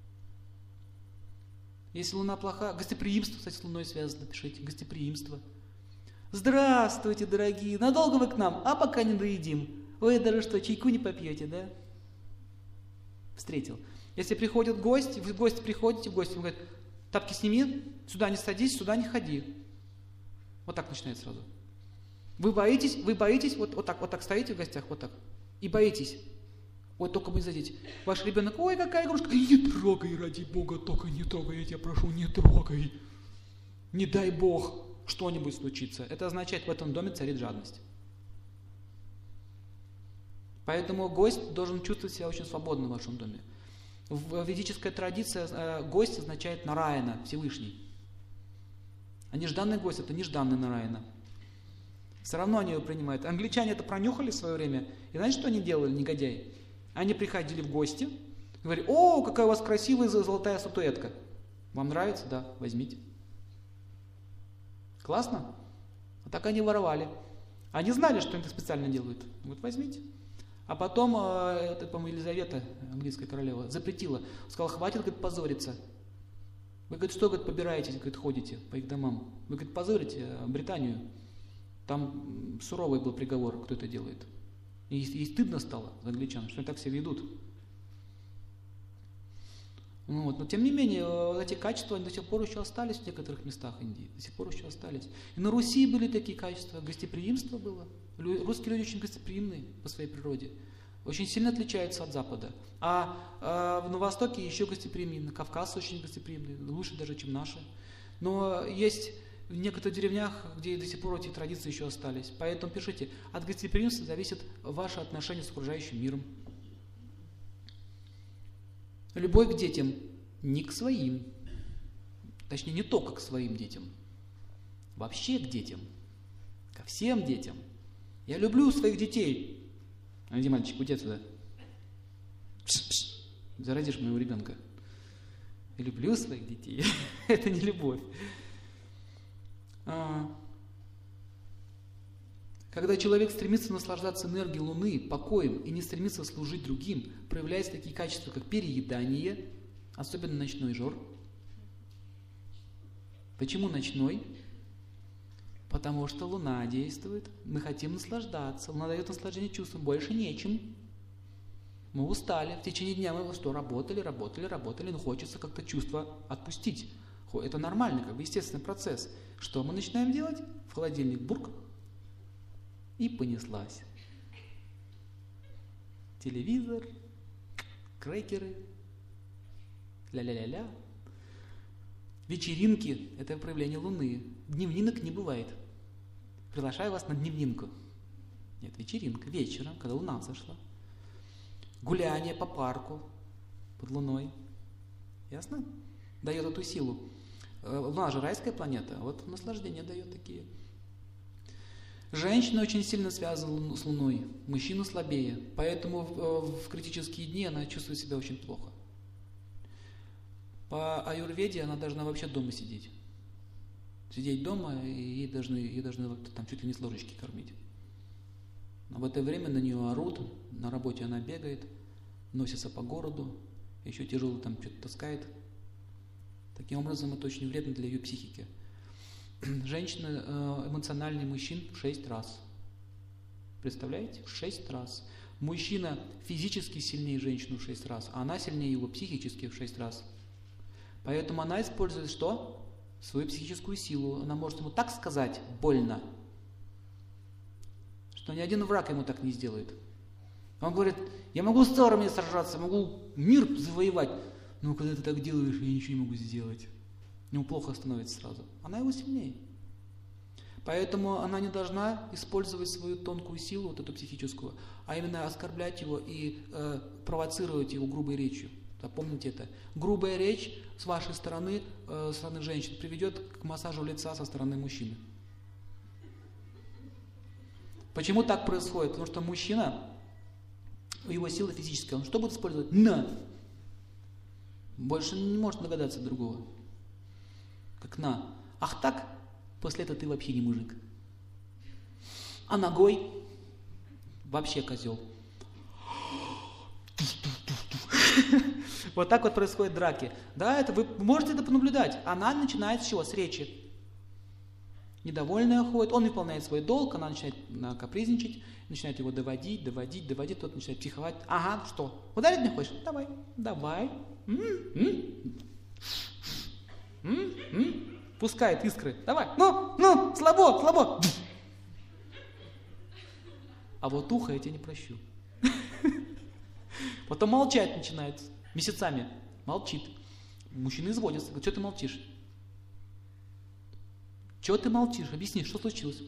Если луна плоха, гостеприимство, кстати, с луной связано, пишите, гостеприимство. Здравствуйте, дорогие, надолго вы к нам, а пока не доедим. Вы даже что, чайку не попьете, да? встретил. Если приходит гость, вы в гости приходите, в гости, он говорит, тапки сними, сюда не садись, сюда не ходи. Вот так начинает сразу. Вы боитесь, вы боитесь, вот, вот так, вот так стоите в гостях, вот так, и боитесь. Вот только вы зайдите. Ваш ребенок, ой, какая игрушка, не трогай, ради Бога, только не трогай, я тебя прошу, не трогай. Не дай Бог, что-нибудь случится. Это означает, в этом доме царит жадность. Поэтому гость должен чувствовать себя очень свободно в вашем доме. В ведической традиции э, гость означает Нараяна, Всевышний. А нежданный гость – это нежданный Нараяна. Все равно они его принимают. Англичане это пронюхали в свое время. И знаете, что они делали, негодяи? Они приходили в гости и говорили, о, какая у вас красивая золотая статуэтка. Вам нравится? Да, возьмите. Классно? А так они воровали. Они знали, что они это специально делают. Вот возьмите. А потом, это, по-моему, Елизавета, английская королева, запретила. Сказала, хватит, говорит, позориться. Вы, говорит, что, говорит, побираетесь, говорит, ходите по их домам. Вы, говорит, позорите Британию. Там суровый был приговор, кто это делает. И ей стыдно стало за англичан, что они так себя ведут. Ну, вот. Но тем не менее, эти качества они до сих пор еще остались в некоторых местах Индии. До сих пор еще остались. И на Руси были такие качества, гостеприимство было. Русские люди очень гостеприимные по своей природе. Очень сильно отличаются от Запада. А, а на Востоке еще гостеприимнее. Кавказ очень гостеприимный, лучше даже, чем наши. Но есть в некоторых деревнях, где до сих пор эти традиции еще остались. Поэтому пишите, от гостеприимства зависит ваше отношение с окружающим миром. Любовь к детям, не к своим. Точнее, не только к своим детям. Вообще к детям. Ко всем детям. Я люблю своих детей. А где мальчик? Уйди отсюда. Пш-пш. Заразишь моего ребенка. Я люблю своих детей. Это не любовь. А, когда человек стремится наслаждаться энергией Луны, покоем и не стремится служить другим, проявляются такие качества, как переедание, особенно ночной жор. Почему ночной? Потому что Луна действует, мы хотим наслаждаться, Луна дает наслаждение чувствам, больше нечем. Мы устали, в течение дня мы что, работали, работали, работали, но хочется как-то чувство отпустить. Это нормальный, как бы естественный процесс. Что мы начинаем делать? В холодильник бурк, и понеслась. Телевизор, крекеры, ля-ля-ля-ля. Вечеринки – это проявление Луны. Дневнинок не бывает. Приглашаю вас на дневнинку. Нет, вечеринка, вечером, когда Луна взошла. Гуляние по парку под Луной. Ясно? Дает эту силу. Луна же райская планета, а вот наслаждение дает такие. Женщина очень сильно связана с Луной, мужчина слабее, поэтому в, в критические дни она чувствует себя очень плохо. По аюрведе она должна вообще дома сидеть. Сидеть дома, и ей должны, ей должны там чуть ли не с ложечки кормить. А в это время на нее орут, на работе она бегает, носится по городу, еще тяжело там что-то таскает. Таким образом, это очень вредно для ее психики. Женщина эмоциональнее мужчин в шесть раз. Представляете? В шесть раз. Мужчина физически сильнее женщину в шесть раз, а она сильнее его психически в шесть раз. Поэтому она использует что? Свою психическую силу. Она может ему так сказать больно, что ни один враг ему так не сделает. Он говорит, я могу с царами сражаться, могу мир завоевать, но когда ты так делаешь, я ничего не могу сделать. Ему плохо становится сразу. Она его сильнее. Поэтому она не должна использовать свою тонкую силу, вот эту психическую, а именно оскорблять его и э, провоцировать его грубой речью. Запомните это. Грубая речь с вашей стороны, э, со стороны женщин, приведет к массажу лица со стороны мужчины. Почему так происходит? Потому что мужчина, его сила физическая, он что будет использовать? На! Больше не может догадаться другого. Как на. Ах так? После этого ты вообще не мужик. А ногой? Вообще козел. Вот так вот происходят драки. Да, это вы можете это понаблюдать. Она начинает с чего? С речи. недовольная ходит, он выполняет свой долг, она начинает капризничать, начинает его доводить, доводить, доводить, тот начинает психовать. Ага, что, ударить не хочешь? Давай, давай. М-м-м. М-м-м. Пускает искры. Давай, ну, ну, слабо, слабо. А вот ухо я тебе не прощу. Потом молчать начинает месяцами. Молчит. Мужчина изводится. Говорит, что ты молчишь? Чего ты молчишь? Объясни, что случилось?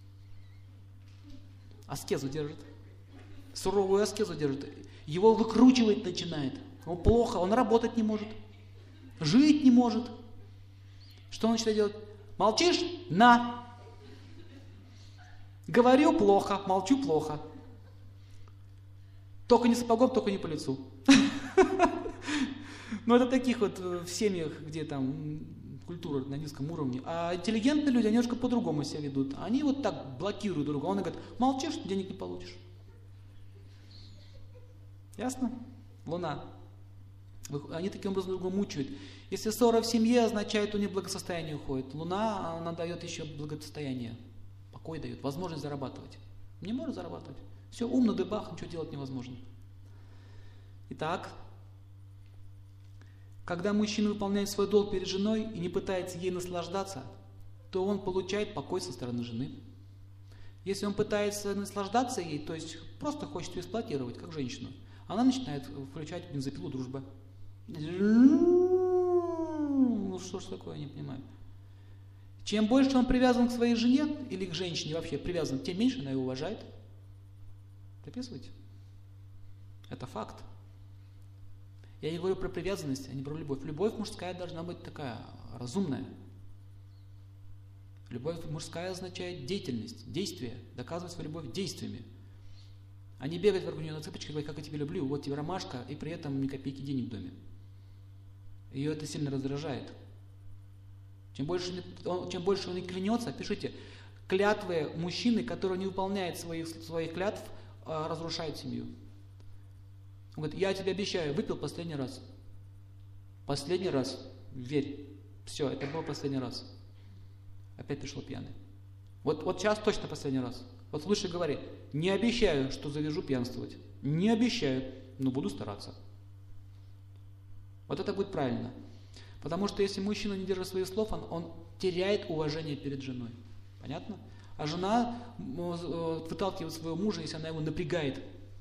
Аскезу держит. Суровую аскезу держит. Его выкручивать начинает. Ему плохо, он работать не может. Жить не может. Что он начинает делать? Молчишь? На! Говорю плохо, молчу плохо. Только не сапогом, только не по лицу. Ну, это таких вот в семьях, где там культура на низком уровне. А интеллигентные люди, они немножко по-другому себя ведут. Они вот так блокируют друг друга. Он говорит, молчишь, денег не получишь. Ясно? Луна. Они таким образом друг друга мучают. Если ссора в семье, означает, у них благосостояние уходит. Луна, она дает еще благосостояние. Покой дает, возможность зарабатывать. Не может зарабатывать. Все, умно, дебах, ничего делать невозможно. Итак, когда мужчина выполняет свой долг перед женой и не пытается ей наслаждаться, то он получает покой со стороны жены. Если он пытается наслаждаться ей, то есть просто хочет ее эксплуатировать, как женщину, она начинает включать бензопилу дружбы. Ну что ж такое, я не понимаю. Чем больше он привязан к своей жене или к женщине вообще привязан, тем меньше она его уважает. Записывайте. Это факт. Я не говорю про привязанность, а не про любовь. Любовь мужская должна быть такая, разумная. Любовь мужская означает деятельность, действие, доказывать свою любовь действиями. А не бегать вокруг нее на цыпочках и говорить, как я тебя люблю, вот тебе ромашка, и при этом ни копейки денег в доме. Ее это сильно раздражает. Чем больше он, чем больше он и клянется, пишите, клятвы мужчины, который не выполняет своих, своих клятв, разрушают семью. Он говорит, я тебе обещаю, выпил последний раз. Последний раз, верь. Все, это был последний раз. Опять пришел пьяный. Вот, вот сейчас точно последний раз. Вот лучше говори, не обещаю, что завяжу пьянствовать. Не обещаю, но буду стараться. Вот это будет правильно. Потому что если мужчина не держит своих слов, он, он теряет уважение перед женой. Понятно? А жена выталкивает своего мужа, если она его напрягает.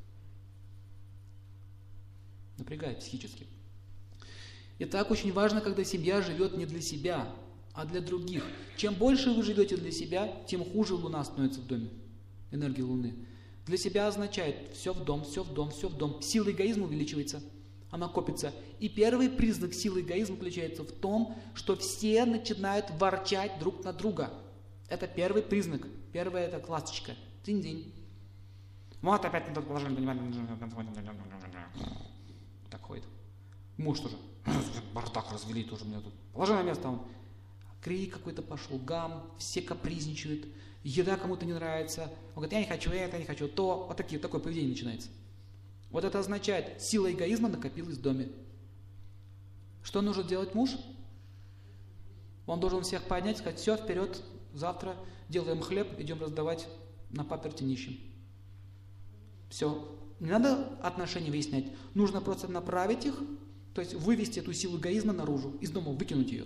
Напрягает психически. И так очень важно, когда семья живет не для себя, а для других. Чем больше вы живете для себя, тем хуже Луна становится в доме. Энергия Луны. Для себя означает все в дом, все в дом, все в дом. Сила эгоизма увеличивается. Она копится. И первый признак силы эгоизма заключается в том, что все начинают ворчать друг на друга. Это первый признак. Первая это классочка. Динь-динь. Вот опять на тот положение. Так ходит. Муж тоже. Бардак развели тоже мне тут. Положи на место. Он. Крик какой-то пошел, гам, все капризничают, еда кому-то не нравится. Он говорит, я не хочу это, я не хочу то. Вот такие, такое поведение начинается. Вот это означает, сила эгоизма накопилась в доме. Что нужно делать муж? Он должен всех поднять, сказать, все, вперед, завтра делаем хлеб, идем раздавать на паперти нищим. Все. Не надо отношения выяснять. Нужно просто направить их, то есть вывести эту силу эгоизма наружу, из дома выкинуть ее.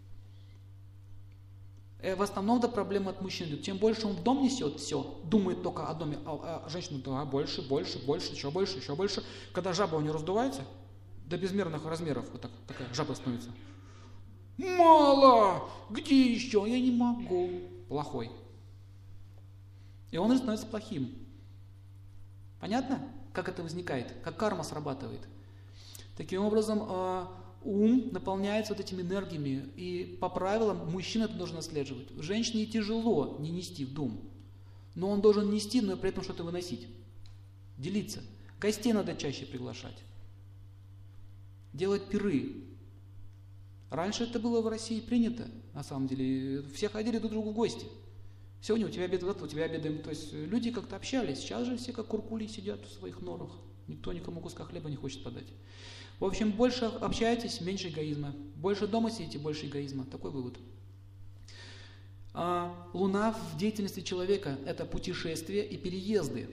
В основном это проблема от мужчин. Чем больше он в дом несет, все, думает только о доме, а, а женщина, да, больше, больше, больше, еще больше, еще больше. Когда жаба у нее раздувается, до безмерных размеров, вот так, такая жаба становится. Мало! Где еще? Я не могу. Плохой. И он становится плохим. Понятно, как это возникает? Как карма срабатывает? Таким образом, ум наполняется вот этими энергиями, и по правилам мужчина это должен отслеживать. Женщине тяжело не нести в дом, но он должен нести, но при этом что-то выносить. Делиться. Гостей надо чаще приглашать. Делать пиры. Раньше это было в России принято, на самом деле. Все ходили друг к другу в гости. Сегодня у тебя обед, у тебя обедаем. То есть люди как-то общались. Сейчас же все как куркули сидят в своих норах. Никто никому куска хлеба не хочет подать. В общем, больше общаетесь, меньше эгоизма. Больше дома сидите, больше эгоизма. Такой вывод. А Луна в деятельности человека – это путешествия и переезды.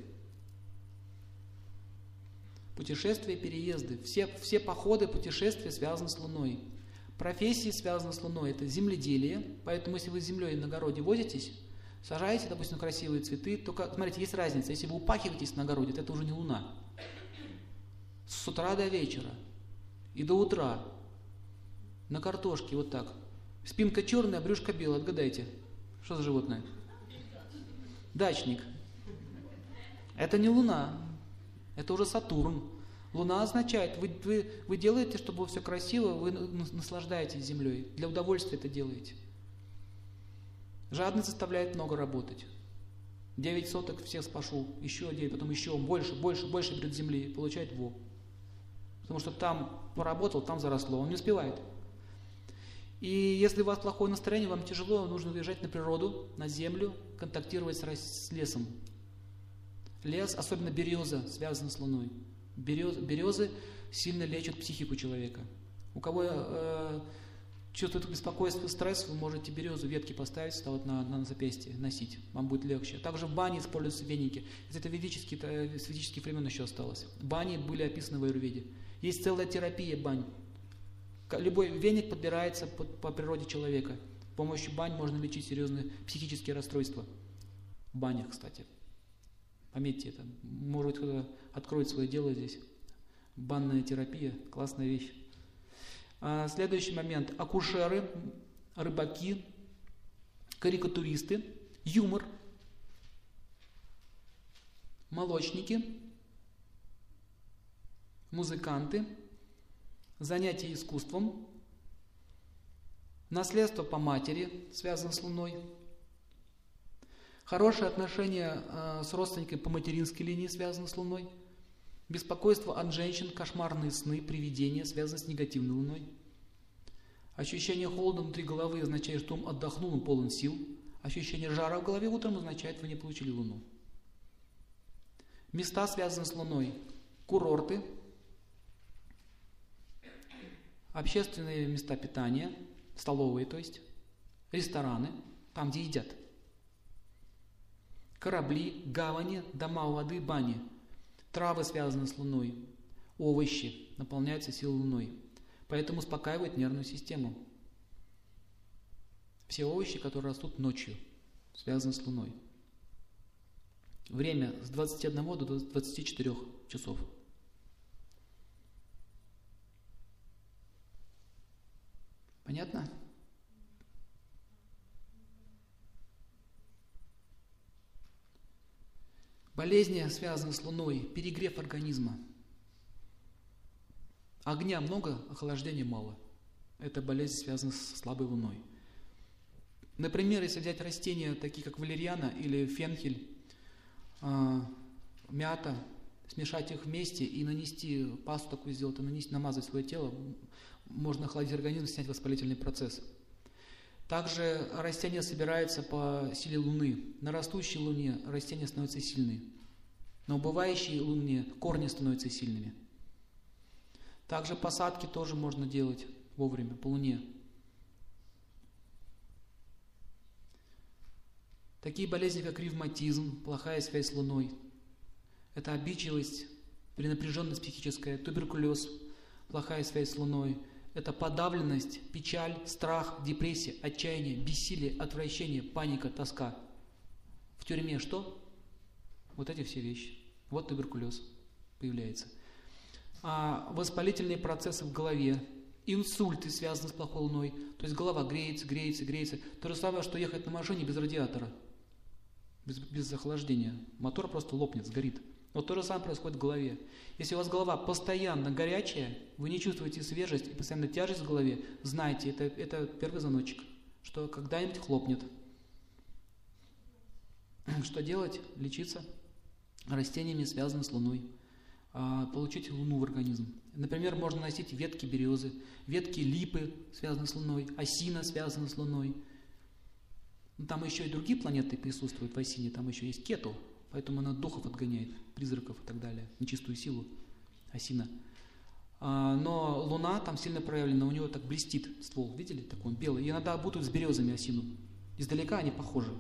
Путешествия и переезды. Все, все походы, путешествия связаны с Луной. Профессии связаны с Луной. Это земледелие. Поэтому, если вы с землей на огороде возитесь, сажаете, допустим, красивые цветы, только, смотрите, есть разница. Если вы упахиваетесь на огороде, это уже не Луна. С утра до вечера и до утра на картошке вот так. Спинка черная, брюшко белое. Отгадайте, что за животное? Дачник. Это не Луна. Это уже Сатурн. Луна означает, вы, вы, вы делаете, чтобы было все красиво, вы наслаждаетесь землей. Для удовольствия это делаете. Жадность заставляет много работать. Девять соток всех спашу, еще девять, потом еще больше, больше, больше берет земли, получает во. Потому что там поработал, там заросло, он не успевает. И если у вас плохое настроение, вам тяжело, нужно выезжать на природу, на землю, контактировать с, с лесом. Лес, особенно береза, связана с Луной. Берез, березы сильно лечат психику человека. У кого э, чувствует беспокойство, стресс, вы можете березу, ветки поставить, вот на, на запястье, носить. Вам будет легче. Также в бане используются веники. Это ведические, это, с ведических времен еще осталось. Бани были описаны в аюрведе. Есть целая терапия бань. Любой веник подбирается по, по природе человека. С помощью бань можно лечить серьезные психические расстройства. В банях, кстати. Пометьте это. Может быть, кто-то откроет свое дело здесь. Банная терапия. Классная вещь. А, следующий момент. Акушеры, рыбаки, карикатуристы, юмор, молочники, музыканты, занятия искусством, наследство по матери, связано с Луной, хорошие отношения э, с родственниками по материнской линии, связано с Луной, беспокойство от женщин, кошмарные сны, привидения, связаны с негативной Луной, ощущение холода внутри головы означает, что он отдохнул, он полон сил, ощущение жара в голове утром означает, что вы не получили Луну. Места, связанные с Луной, курорты, общественные места питания, столовые, то есть, рестораны, там, где едят, корабли, гавани, дома у воды, бани, травы, связанные с Луной, овощи, наполняются силой Луной, поэтому успокаивают нервную систему. Все овощи, которые растут ночью, связаны с Луной. Время с двадцати одного до двадцати четырёх часов. Понятно? Болезни связаны с Луной, перегрев организма. Огня много, охлаждения мало. Эта болезнь связана с слабой Луной. Например, если взять растения, такие как валериана или фенхель, э, мята, смешать их вместе и нанести, пасту такую сделать, и нанести, намазать свое тело, можно охладить организм, снять воспалительный процесс. Также растения собираются по силе Луны. На растущей Луне растения становятся сильны. На убывающей Луне корни становятся сильными. Также посадки тоже можно делать вовремя, по Луне. Такие болезни, как ревматизм, плохая связь с Луной, это обидчивость, перенапряженность психическая, туберкулез, плохая связь с Луной, это подавленность, печаль, страх, депрессия, отчаяние, бессилие, отвращение, паника, тоска. В тюрьме что? Вот эти все вещи. Вот туберкулез появляется. А воспалительные процессы в голове, инсульты связаны с плохой Луной, то есть голова греется, греется, греется. То же самое, что ехать на машине без радиатора, без, без охлаждения. Мотор просто лопнет, сгорит. Вот то же самое происходит в голове. Если у вас голова постоянно горячая, вы не чувствуете свежесть и постоянно тяжесть в голове, знайте, это, это первый звоночек, что когда-нибудь хлопнет. Что делать? Лечиться растениями, связанными с Луной. Получить Луну в организм. Например, можно носить ветки березы, ветки липы, связанные с Луной, осина, связана с Луной. Но там еще и другие планеты присутствуют в осине, там еще есть кету, поэтому она духов отгоняет, призраков и так далее, нечистую силу, осина. Но Луна там сильно проявлена, у него так блестит ствол, видели? Такой он белый. И иногда путают с березами осину. Издалека они похожи.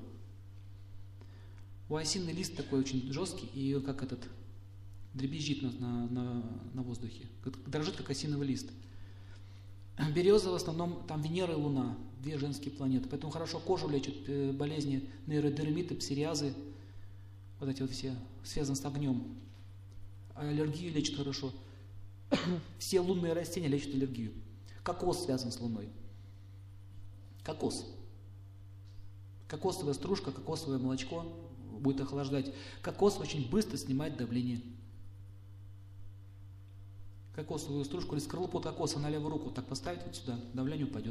У осиный лист такой очень жесткий и как этот дребезжит на, на, на, на воздухе, дрожит как осиновый лист. Береза в основном, там Венера и Луна, две женские планеты, поэтому хорошо кожу лечат, болезни нейродермиты, псориазы, вот эти вот все, связаны с огнем. Аллергию лечат хорошо. Все лунные растения лечат аллергию. Кокос связан с Луной. Кокос. Кокосовая стружка, кокосовое молочко будет охлаждать. Кокос очень быстро снимает давление. Кокосовую стружку или скорлупу кокоса на левую руку так поставить вот сюда, давление упадет.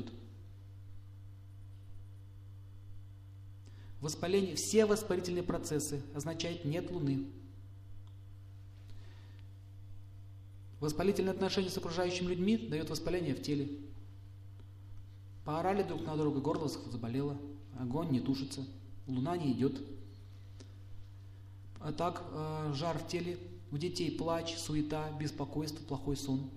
Воспаление, все воспалительные процессы означает нет Луны. Воспалительные отношения с окружающими людьми дает воспаление в теле. Поорали друг на друга, горло заболело, огонь не тушится, Луна не идет. А так, э, жар в теле, у детей плач, суета, беспокойство, плохой сон.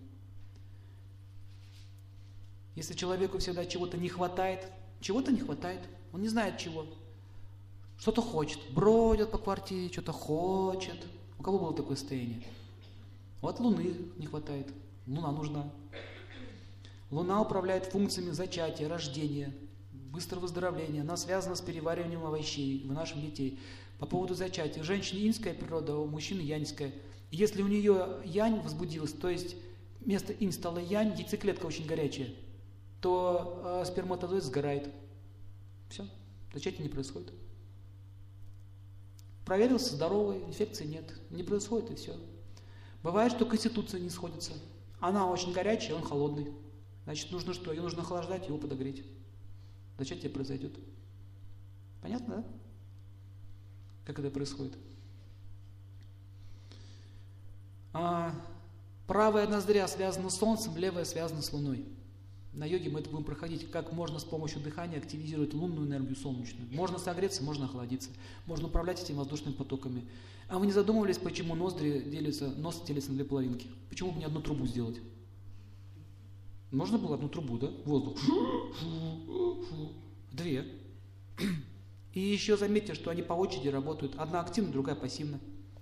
Если человеку всегда чего-то не хватает, чего-то не хватает, он не знает чего, что-то хочет, бродит по квартире, что-то хочет. У кого было такое состояние? Вот Луны не хватает, Луна нужна. Луна управляет функциями зачатия, рождения, быстрого выздоровления. Она связана с перевариванием овощей в наших детей. По поводу зачатия. У женщины иньская природа, у мужчины яньская. Если у нее янь возбудилась, то есть вместо инь стала янь, яйцеклетка очень горячая, то э, сперматозоид сгорает. Все, зачатие не происходит. Проверился, здоровый, инфекции нет. Не происходит и все. Бывает, что конституция не сходится. Она очень горячая, он холодный. Значит, нужно что? Ее нужно охлаждать, его подогреть. Зачатие произойдет. Понятно, да? Как это происходит? А, правая ноздря связана с Солнцем, левая связана с Луной. На йоге мы это будем проходить, как можно с помощью дыхания активизировать лунную энергию солнечную. Можно согреться, можно охладиться. Можно управлять этими воздушными потоками. А вы не задумывались, почему ноздри делятся, нос делится на две половинки? Почему бы не одну трубу сделать? Можно было одну трубу, да? Воздух. Две. И еще заметьте, что они по очереди работают. Одна активно, другая пассивно.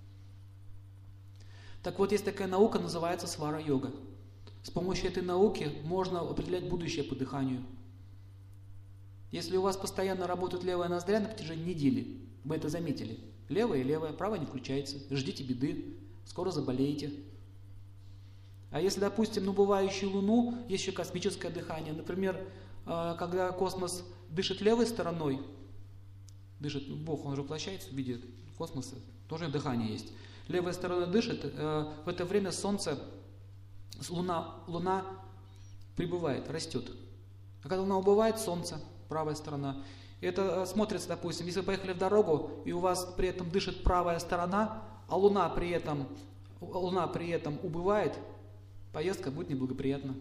Так вот, есть такая наука, называется свара-йога. С помощью этой науки можно определять будущее по дыханию. Если у вас постоянно работает левая ноздря на протяжении недели, вы это заметили. Левая и левая, правая не включается. Ждите беды, скоро заболеете. А если, допустим, на убывающую Луну есть еще космическое дыхание. Например, когда космос дышит левой стороной, дышит, Бог, он же воплощается в виде космоса, тоже дыхание есть. Левая сторона дышит, в это время Солнце, Луна, Луна прибывает, растет. А когда Луна убывает, Солнце, правая сторона. Это смотрится, допустим, если вы поехали в дорогу, и у вас при этом дышит правая сторона, а Луна при этом, Луна при этом убывает, поездка будет неблагоприятна.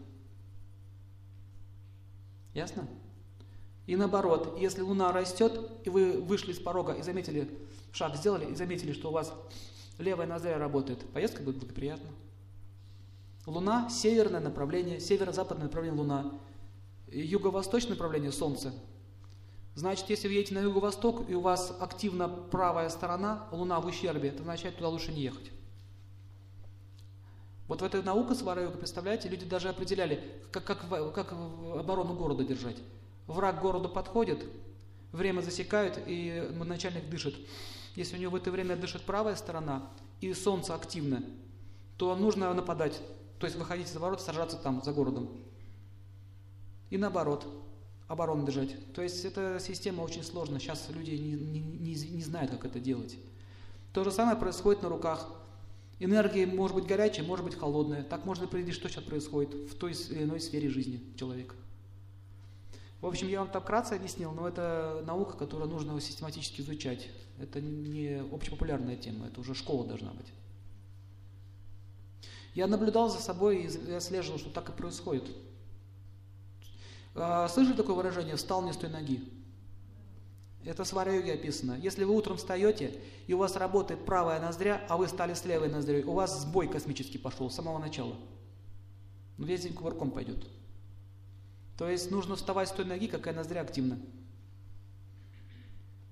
Ясно? И наоборот, если Луна растет, и вы вышли с порога и заметили, шаг сделали, и заметили, что у вас левая ноздря работает, поездка будет благоприятна. Луна, северное направление, северо-западное направление Луна, юго-восточное направление Солнце. Значит, если вы едете на юго-восток, и у вас активна правая сторона, Луна в ущербе, это означает, туда лучше не ехать. Вот в этой науке свара-йога, представляете, люди даже определяли, как, как, как оборону города держать. Враг к городу подходит, время засекают, и начальник дышит. Если у него в это время дышит правая сторона, и солнце активно, то нужно нападать. То есть выходить за ворота, сражаться там, за городом. И наоборот, оборону держать. То есть эта система очень сложная. Сейчас люди не, не, не, не знают, как это делать. То же самое происходит на руках. Энергия может быть горячая, может быть холодная. Так можно определить, что сейчас происходит в той или иной сфере жизни человека. В общем, я вам так вкратце объяснил, но это наука, которую нужно систематически изучать. Это не общепопулярная тема, это уже школа должна быть. Я наблюдал за собой и отслеживал, что так и происходит. Слышали такое выражение «встал не с той ноги»? Это в свара-йоге описано. Если вы утром встаете, и у вас работает правая ноздря, а вы стали с левой ноздрей, у вас сбой космический пошел с самого начала. Но весь день кувырком пойдет. То есть нужно вставать с той ноги, какая ноздря активна.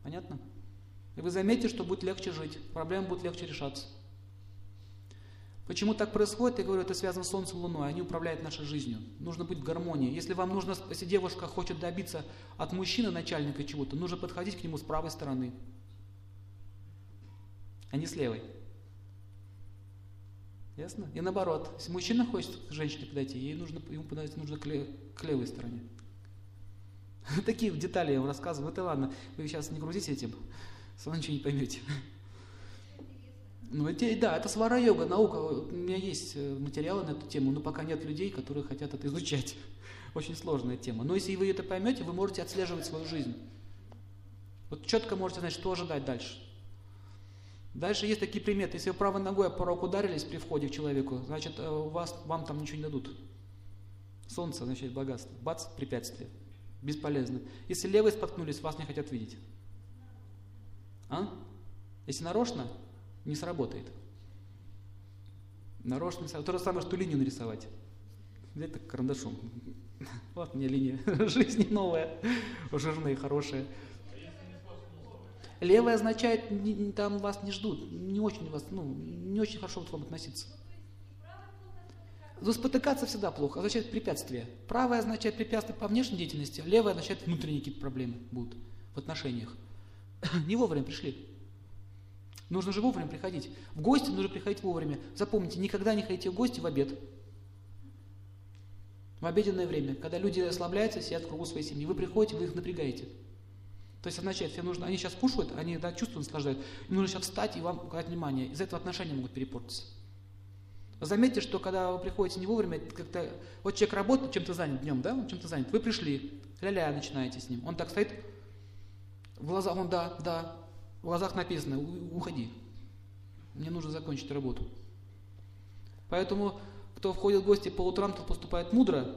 Понятно? И вы заметите, что будет легче жить, проблемы будут легче решаться. Почему так происходит? Я говорю, это связано с Солнцем, Луной, они управляют нашей жизнью. Нужно быть в гармонии. Если вам нужно, если девушка хочет добиться от мужчины, начальника чего-то, нужно подходить к нему с правой стороны, а не с левой. Ясно? И наоборот, если мужчина хочет к женщине подойти, ей нужно, ему подойти нужно к, ле, к левой стороне. Такие детали я вам рассказываю. Это ладно, вы сейчас не грузите этим, все равно ничего не поймете. Ну, это, да, это свара-йога, наука. У меня есть материалы на эту тему, но пока нет людей, которые хотят это изучать. Очень сложная тема. Но если вы это поймете, вы можете отслеживать свою жизнь. Вот четко можете знать, что ожидать дальше. Дальше есть такие приметы. Если вы правой ногой о порог ударились при входе к человеку, значит, у вас, вам там ничего не дадут. Солнце означает богатство. Бац, препятствие. Бесполезно. Если левой споткнулись, вас не хотят видеть. А? Если нарочно, не сработает. Нарочно не сработает. То же самое, что линию нарисовать. Взять так карандашом. Вот мне линия жизни новая, жирная, хорошая. Левая означает, не, там вас не ждут, не очень вас, ну, не очень хорошо к вам относиться. Но спотыкаться всегда плохо, означает препятствие. Правая означает препятствие по внешней деятельности, левая означает внутренние какие-то проблемы будут в отношениях. Не вовремя пришли. Нужно же вовремя приходить. В гости нужно приходить вовремя. Запомните, никогда не ходите в гости в обед. В обеденное время, когда люди расслабляются, сидят в кругу своей семьи. Вы приходите, вы их напрягаете. То есть означает, всем нужно, они сейчас кушают, они да, чувства наслаждают, им нужно сейчас встать и вам указать внимание. Из-за этого отношения могут перепортиться. Заметьте, что когда вы приходите не вовремя, как-то вот человек работает, чем-то занят днем, да, он чем-то занят. Вы пришли, ля-ля начинаете с ним. Он так стоит, в глазах, он да, да, в глазах написано, уходи. Мне нужно закончить работу. Поэтому, кто входит в гости по утрам, тот поступает мудро.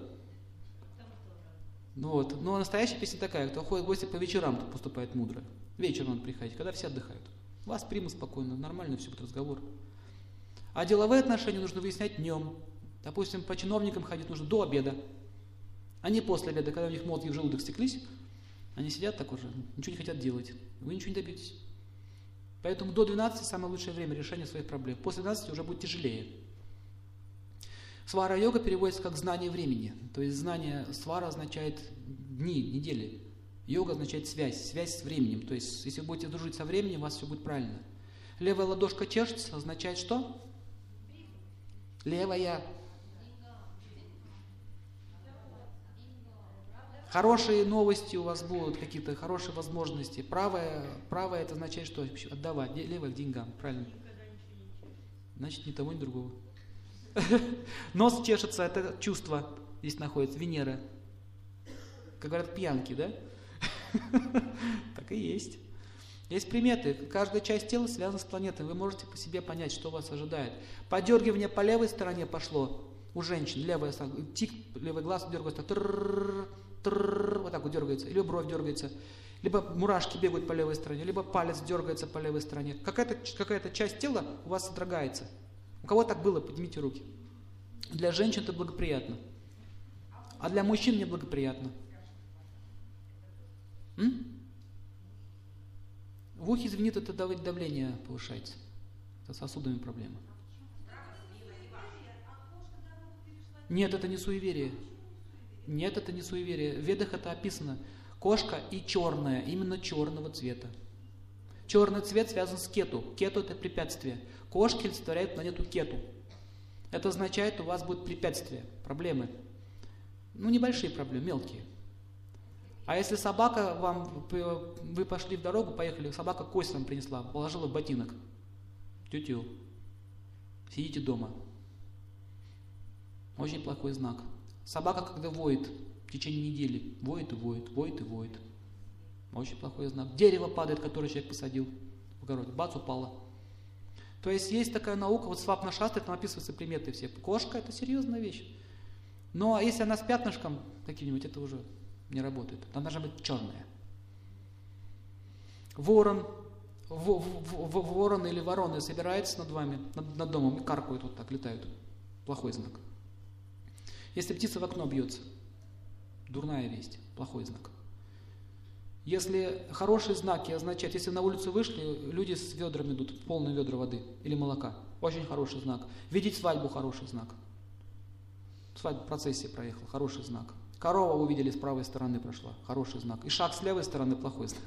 Ну вот. Но настоящая песня такая, кто ходит в гости по вечерам, тот поступает мудро. Вечером надо приходить, когда все отдыхают. Вас примут спокойно, нормально все будет разговор. А деловые отношения нужно выяснять днем. Допустим, по чиновникам ходить нужно до обеда, а не после обеда, когда у них мозги в желудок стеклись. Они сидят так уже, ничего не хотят делать. Вы ничего не добьетесь. Поэтому до двенадцати самое лучшее время решения своих проблем. После двенадцати уже будет тяжелее. Свара-йога переводится как знание времени. То есть знание свара означает дни, недели. Йога означает связь, связь с временем. То есть если вы будете дружить со временем, у вас все будет правильно. Левая ладошка чешется, означает что? Левая. Хорошие новости у вас будут, какие-то хорошие возможности. Правая, правая это означает что? Отдавать. Левая к деньгам, правильно? Значит, ни того, ни другого. Нос чешется, это чувство здесь находится, Венера. Как говорят, пьянки, да? Так и есть. Есть приметы. Каждая часть тела связана с планетой. Вы можете по себе понять, что вас ожидает. Подергивание по левой стороне пошло у женщин. Левая, тик, левый глаз дергается. Трррр, трррр, вот так вот дергается. Либо бровь дергается. Либо мурашки бегают по левой стороне. Либо палец дергается по левой стороне. Какая-то, какая-то часть тела у вас содрогается. У кого так было, поднимите руки. Для женщин это благоприятно. А для мужчин неблагоприятно. М? В ухе звенит, это давление повышается. Это с сосудами проблема. Нет, это не суеверие. Нет, это не суеверие. В Ведах это описано. Кошка и черная, именно черного цвета. Черный цвет связан с кету. Кету это препятствие. Кошки олицетворяют планету кету. Это означает, у вас будут препятствия, проблемы. Ну, небольшие проблемы, мелкие. А если собака вам, вы пошли в дорогу, поехали, собака кость вам принесла, положила в ботинок. Тю-тю. Сидите дома. Очень плохой знак. Собака, когда воет в течение недели, воет и воет, воет и воет. Очень плохой знак. Дерево падает, которое человек посадил в огороде. Бац, упало. То есть есть такая наука, вот свапна-шастры, там описываются приметы все. Кошка – это серьезная вещь. Но если она с пятнышком каким-нибудь, это уже не работает. Она должна быть черная. Ворон, в, в, в, ворон или вороны собираются над вами, над, над домом и каркают вот так, летают. Плохой знак. Если птица в окно бьется, дурная весть, плохой знак. Если хорошие знаки означают, если на улицу вышли, люди с ведрами идут, полные ведра воды или молока. Очень хороший знак. Видеть свадьбу – хороший знак. Свадьба, процессия проехала, хороший знак. Корова увидели, с правой стороны прошла, хороший знак. И шаг с левой стороны – плохой знак.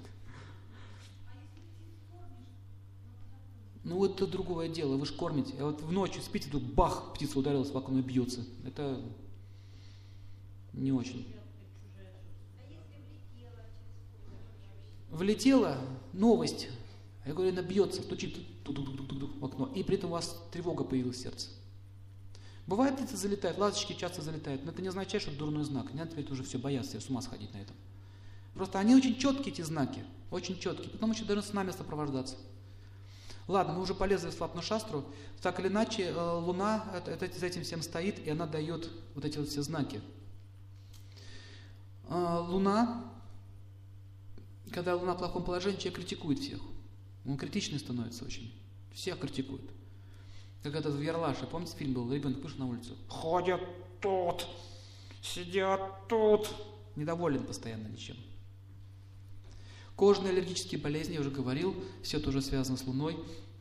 Ну, это другое дело, вы же кормите. А вот в ночь спите, вдруг бах, птица ударилась в окно и бьется. Это не очень. Влетела новость, я говорю, она бьется, стучит в окно, и при этом у вас тревога появилась в сердце. Бывает, птицы залетают, ласточки часто залетают, но это не означает, что это дурной знак. Не надо теперь уже все бояться, с ума сходить на этом. Просто они очень четкие, эти знаки, очень четкие, потом еще должны с нами сопровождаться. Ладно, мы уже полезли в Свапна-шастру. Так или иначе, Луна это, это, за этим всем стоит, и она дает вот эти вот все знаки. Луна, когда Луна в плохом положении, человек критикует всех. Он критичный становится очень. Всех критикует. Как этот в Ярлаше, помните, фильм был, ребенок вышел на улицу. Ходят тут, сидят тут. Недоволен постоянно ничем. Кожные аллергические болезни, я уже говорил, все тоже связано с Луной.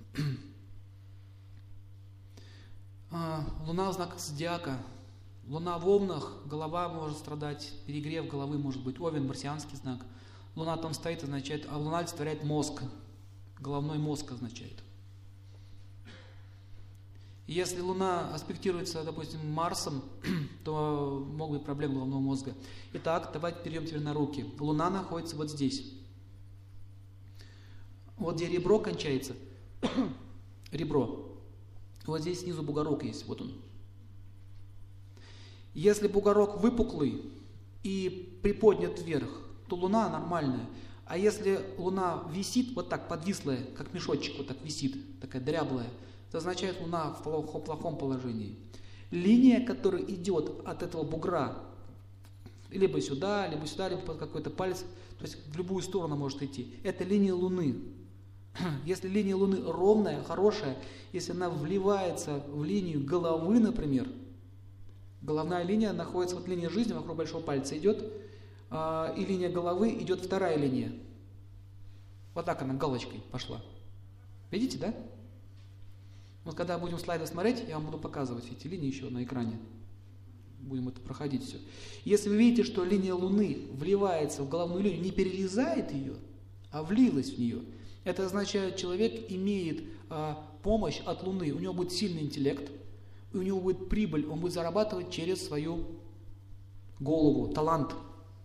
Луна – знак зодиака. Луна в Овнах, голова может страдать, перегрев головы может быть. Овен – марсианский знак. Луна там стоит, означает, а Луна олицетворяет мозг. Головной мозг означает. Если Луна аспектируется, допустим, Марсом, то могут быть проблемы головного мозга. Итак, давайте перейдем теперь на руки. Луна находится вот здесь. Вот где ребро кончается, ребро, вот здесь снизу бугорок есть, вот он. Если бугорок выпуклый и приподнят вверх, то Луна нормальная. А если Луна висит, вот так подвислая, как мешочек, вот так висит, такая дряблая, это означает, Луна в плохом, плохом положении. Линия, которая идет от этого бугра, либо сюда, либо сюда, либо под какой-то палец, то есть в любую сторону может идти, это линия Луны. Если линия Луны ровная, хорошая, если она вливается в линию головы, например, головная линия находится, вот линия жизни вокруг большого пальца идет, э, и линия головы идет вторая линия. Вот так она галочкой пошла. Видите, да? Вот когда будем слайды смотреть, я вам буду показывать эти линии еще на экране. Будем это проходить все. Если вы видите, что линия Луны вливается в головную линию, не перерезает ее, а влилась в нее, это означает, человек имеет а, помощь от Луны, у него будет сильный интеллект, и у него будет прибыль, он будет зарабатывать через свою голову, талант.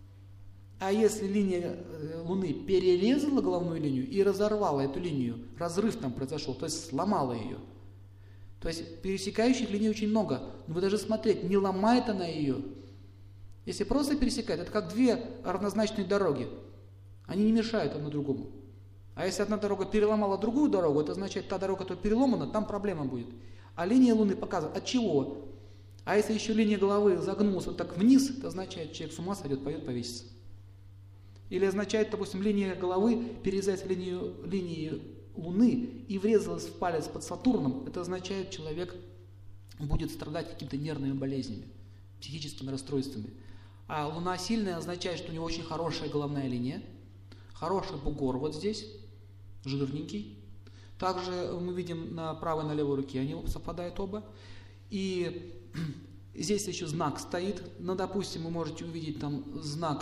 А если линия Луны перерезала головную линию и разорвала эту линию, разрыв там произошел, то есть сломала ее, то есть пересекающих линий очень много, но вы даже смотреть, не ломает она ее. Если просто пересекает, это как две равнозначные дороги, они не мешают одно другому. А если одна дорога переломала другую дорогу, это означает, та дорога, которая переломана, там проблема будет. А линия Луны показывает, от чего? А если еще линия головы загнулась вот так вниз, это означает, человек с ума сойдет, пойдет повеситься. Или означает, допустим, линия головы перерезает линию, линии Луны и врезалась в палец под Сатурном, это означает, человек будет страдать какими-то нервными болезнями, психическими расстройствами. А Луна сильная означает, что у него очень хорошая головная линия, хороший бугор вот здесь, жирненький. Также мы видим на правой и на левой руке, они совпадают оба. И здесь еще знак стоит. Ну, допустим, вы можете увидеть там знак,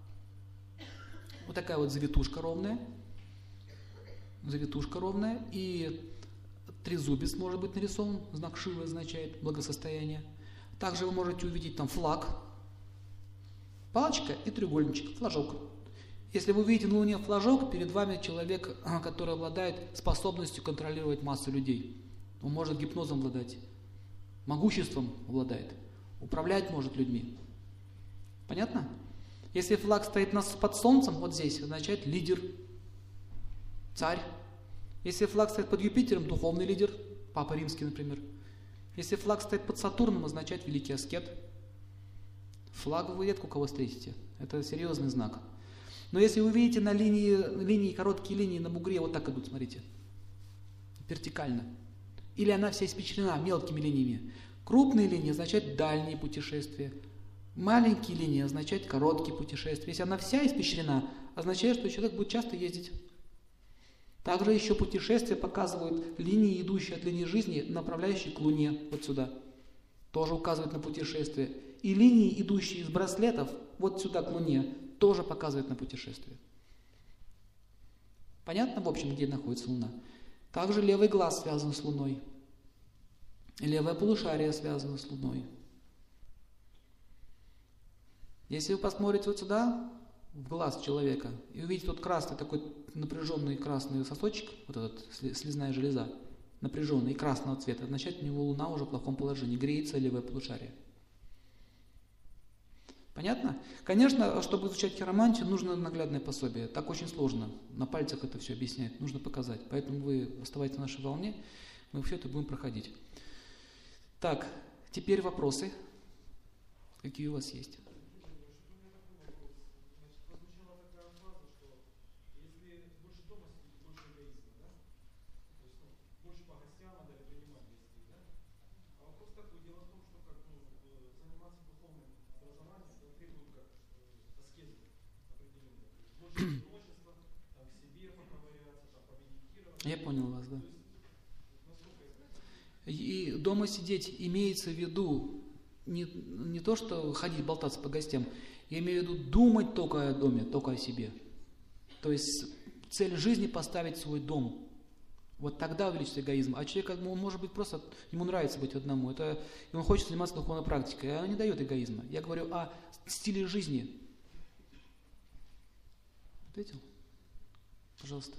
вот такая вот завитушка ровная. Завитушка ровная. И трезубец может быть нарисован. Знак Шивы означает благосостояние. Также вы можете увидеть там флаг. Палочка и треугольничек, флажок. Если вы видите на Луне флажок, перед вами человек, который обладает способностью контролировать массу людей. Он может гипнозом обладать, могуществом обладает, управлять может людьми. Понятно? Если флаг стоит под солнцем, вот здесь, означает лидер, царь. Если флаг стоит под Юпитером, духовный лидер, Папа Римский, например. Если флаг стоит под Сатурном, означает великий аскет. Флаг вы редко у кого встретите. Это серьезный знак. Но если вы видите на линии, линии, короткие линии на бугре, вот так идут, смотрите, вертикально. Или она вся испещрена мелкими линиями. Крупные линии означают дальние путешествия. Маленькие линии означают короткие путешествия. Если она вся испещрена, означает, что человек будет часто ездить. Также еще путешествия показывают линии, идущие от линии жизни, направляющие к Луне, вот сюда. Тоже указывают на путешествие. И линии, идущие из браслетов, вот сюда к Луне, тоже показывают на путешествие. Понятно, в общем, где находится Луна? Также левый глаз связан с Луной. Левое полушарие связано с Луной. Если вы посмотрите вот сюда, в глаз человека, и увидите тут красный, такой напряженный красный сосочек, вот этот слизная железа, напряженный и красного цвета, означает, у него Луна уже в плохом положении, греется левое полушарие. Понятно? Конечно, чтобы изучать хиромантию, нужно наглядное пособие. Так очень сложно. На пальцах это все объяснять. Нужно показать. Поэтому вы оставайтесь на нашей волне. Мы все это будем проходить. Так, теперь вопросы. Какие у вас есть? Я понял вас, да. И дома сидеть имеется в виду не, не то, что ходить, болтаться по гостям, я имею в виду думать только о доме, только о себе. То есть цель жизни поставить свой дом. Вот тогда увеличится эгоизм. А человек, он может быть просто, ему нравится быть одному, это, и он хочет заниматься духовной практикой, а она не дает эгоизма. Я говорю о стиле жизни. Ответил? Пожалуйста.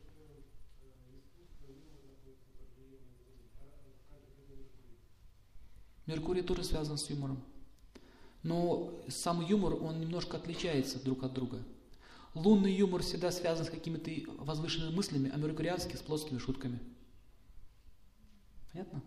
Меркурий тоже связан с юмором. Но сам юмор, он немножко отличается друг от друга. Лунный юмор всегда связан с какими-то возвышенными мыслями, а меркурианский с плоскими шутками. Понятно?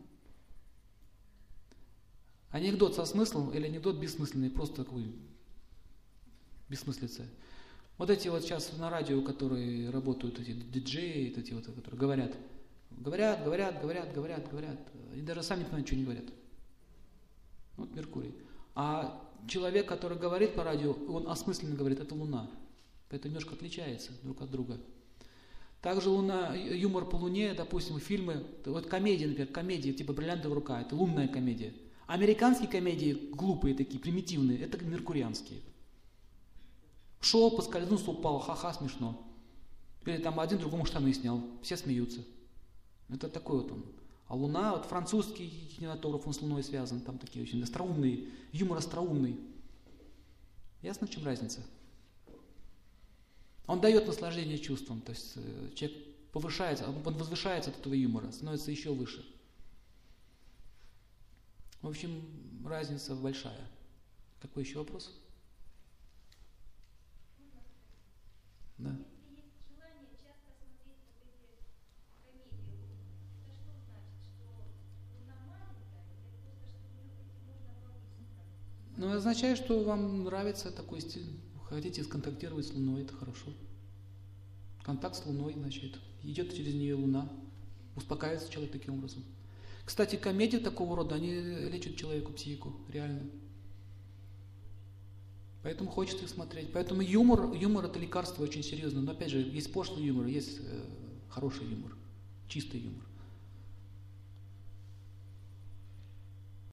Анекдот со смыслом или анекдот бессмысленный, просто такой бессмыслица. Вот эти вот сейчас на радио, которые работают, эти диджеи, эти вот, которые говорят, говорят, говорят, говорят, говорят, говорят, и даже сами не понимают, что они говорят. Вот Меркурий. А человек, который говорит по радио, он осмысленно говорит, это Луна. Поэтому немножко отличается друг от друга. Также Луна, юмор по Луне, допустим, фильмы, вот комедии, например, комедии типа «Бриллиантовая рука», это лунная комедия. Американские комедии, глупые такие, примитивные, это меркурианские. Шел, поскользнулся, упал, ха-ха, смешно. Или там один другому штаны снял, все смеются. Это такой вот он. А Луна, вот французский кинематограф, он с Луной связан, там такие очень остроумные, юмор остроумный. Ясно, в чем разница? Он дает наслаждение чувствам, то есть человек повышается, он возвышается от этого юмора, становится еще выше. В общем, разница большая. Какой еще вопрос? Да. Ну, означает, что вам нравится такой стиль. Хотите сконтактировать с Луной, это хорошо. Контакт с Луной, значит, идет через нее Луна. Успокаивается человек таким образом. Кстати, комедии такого рода, они лечат человеку психику, реально. Поэтому хочется их смотреть. Поэтому юмор, юмор это лекарство очень серьезно. Но опять же, есть пошлый юмор, есть э, хороший юмор, чистый юмор.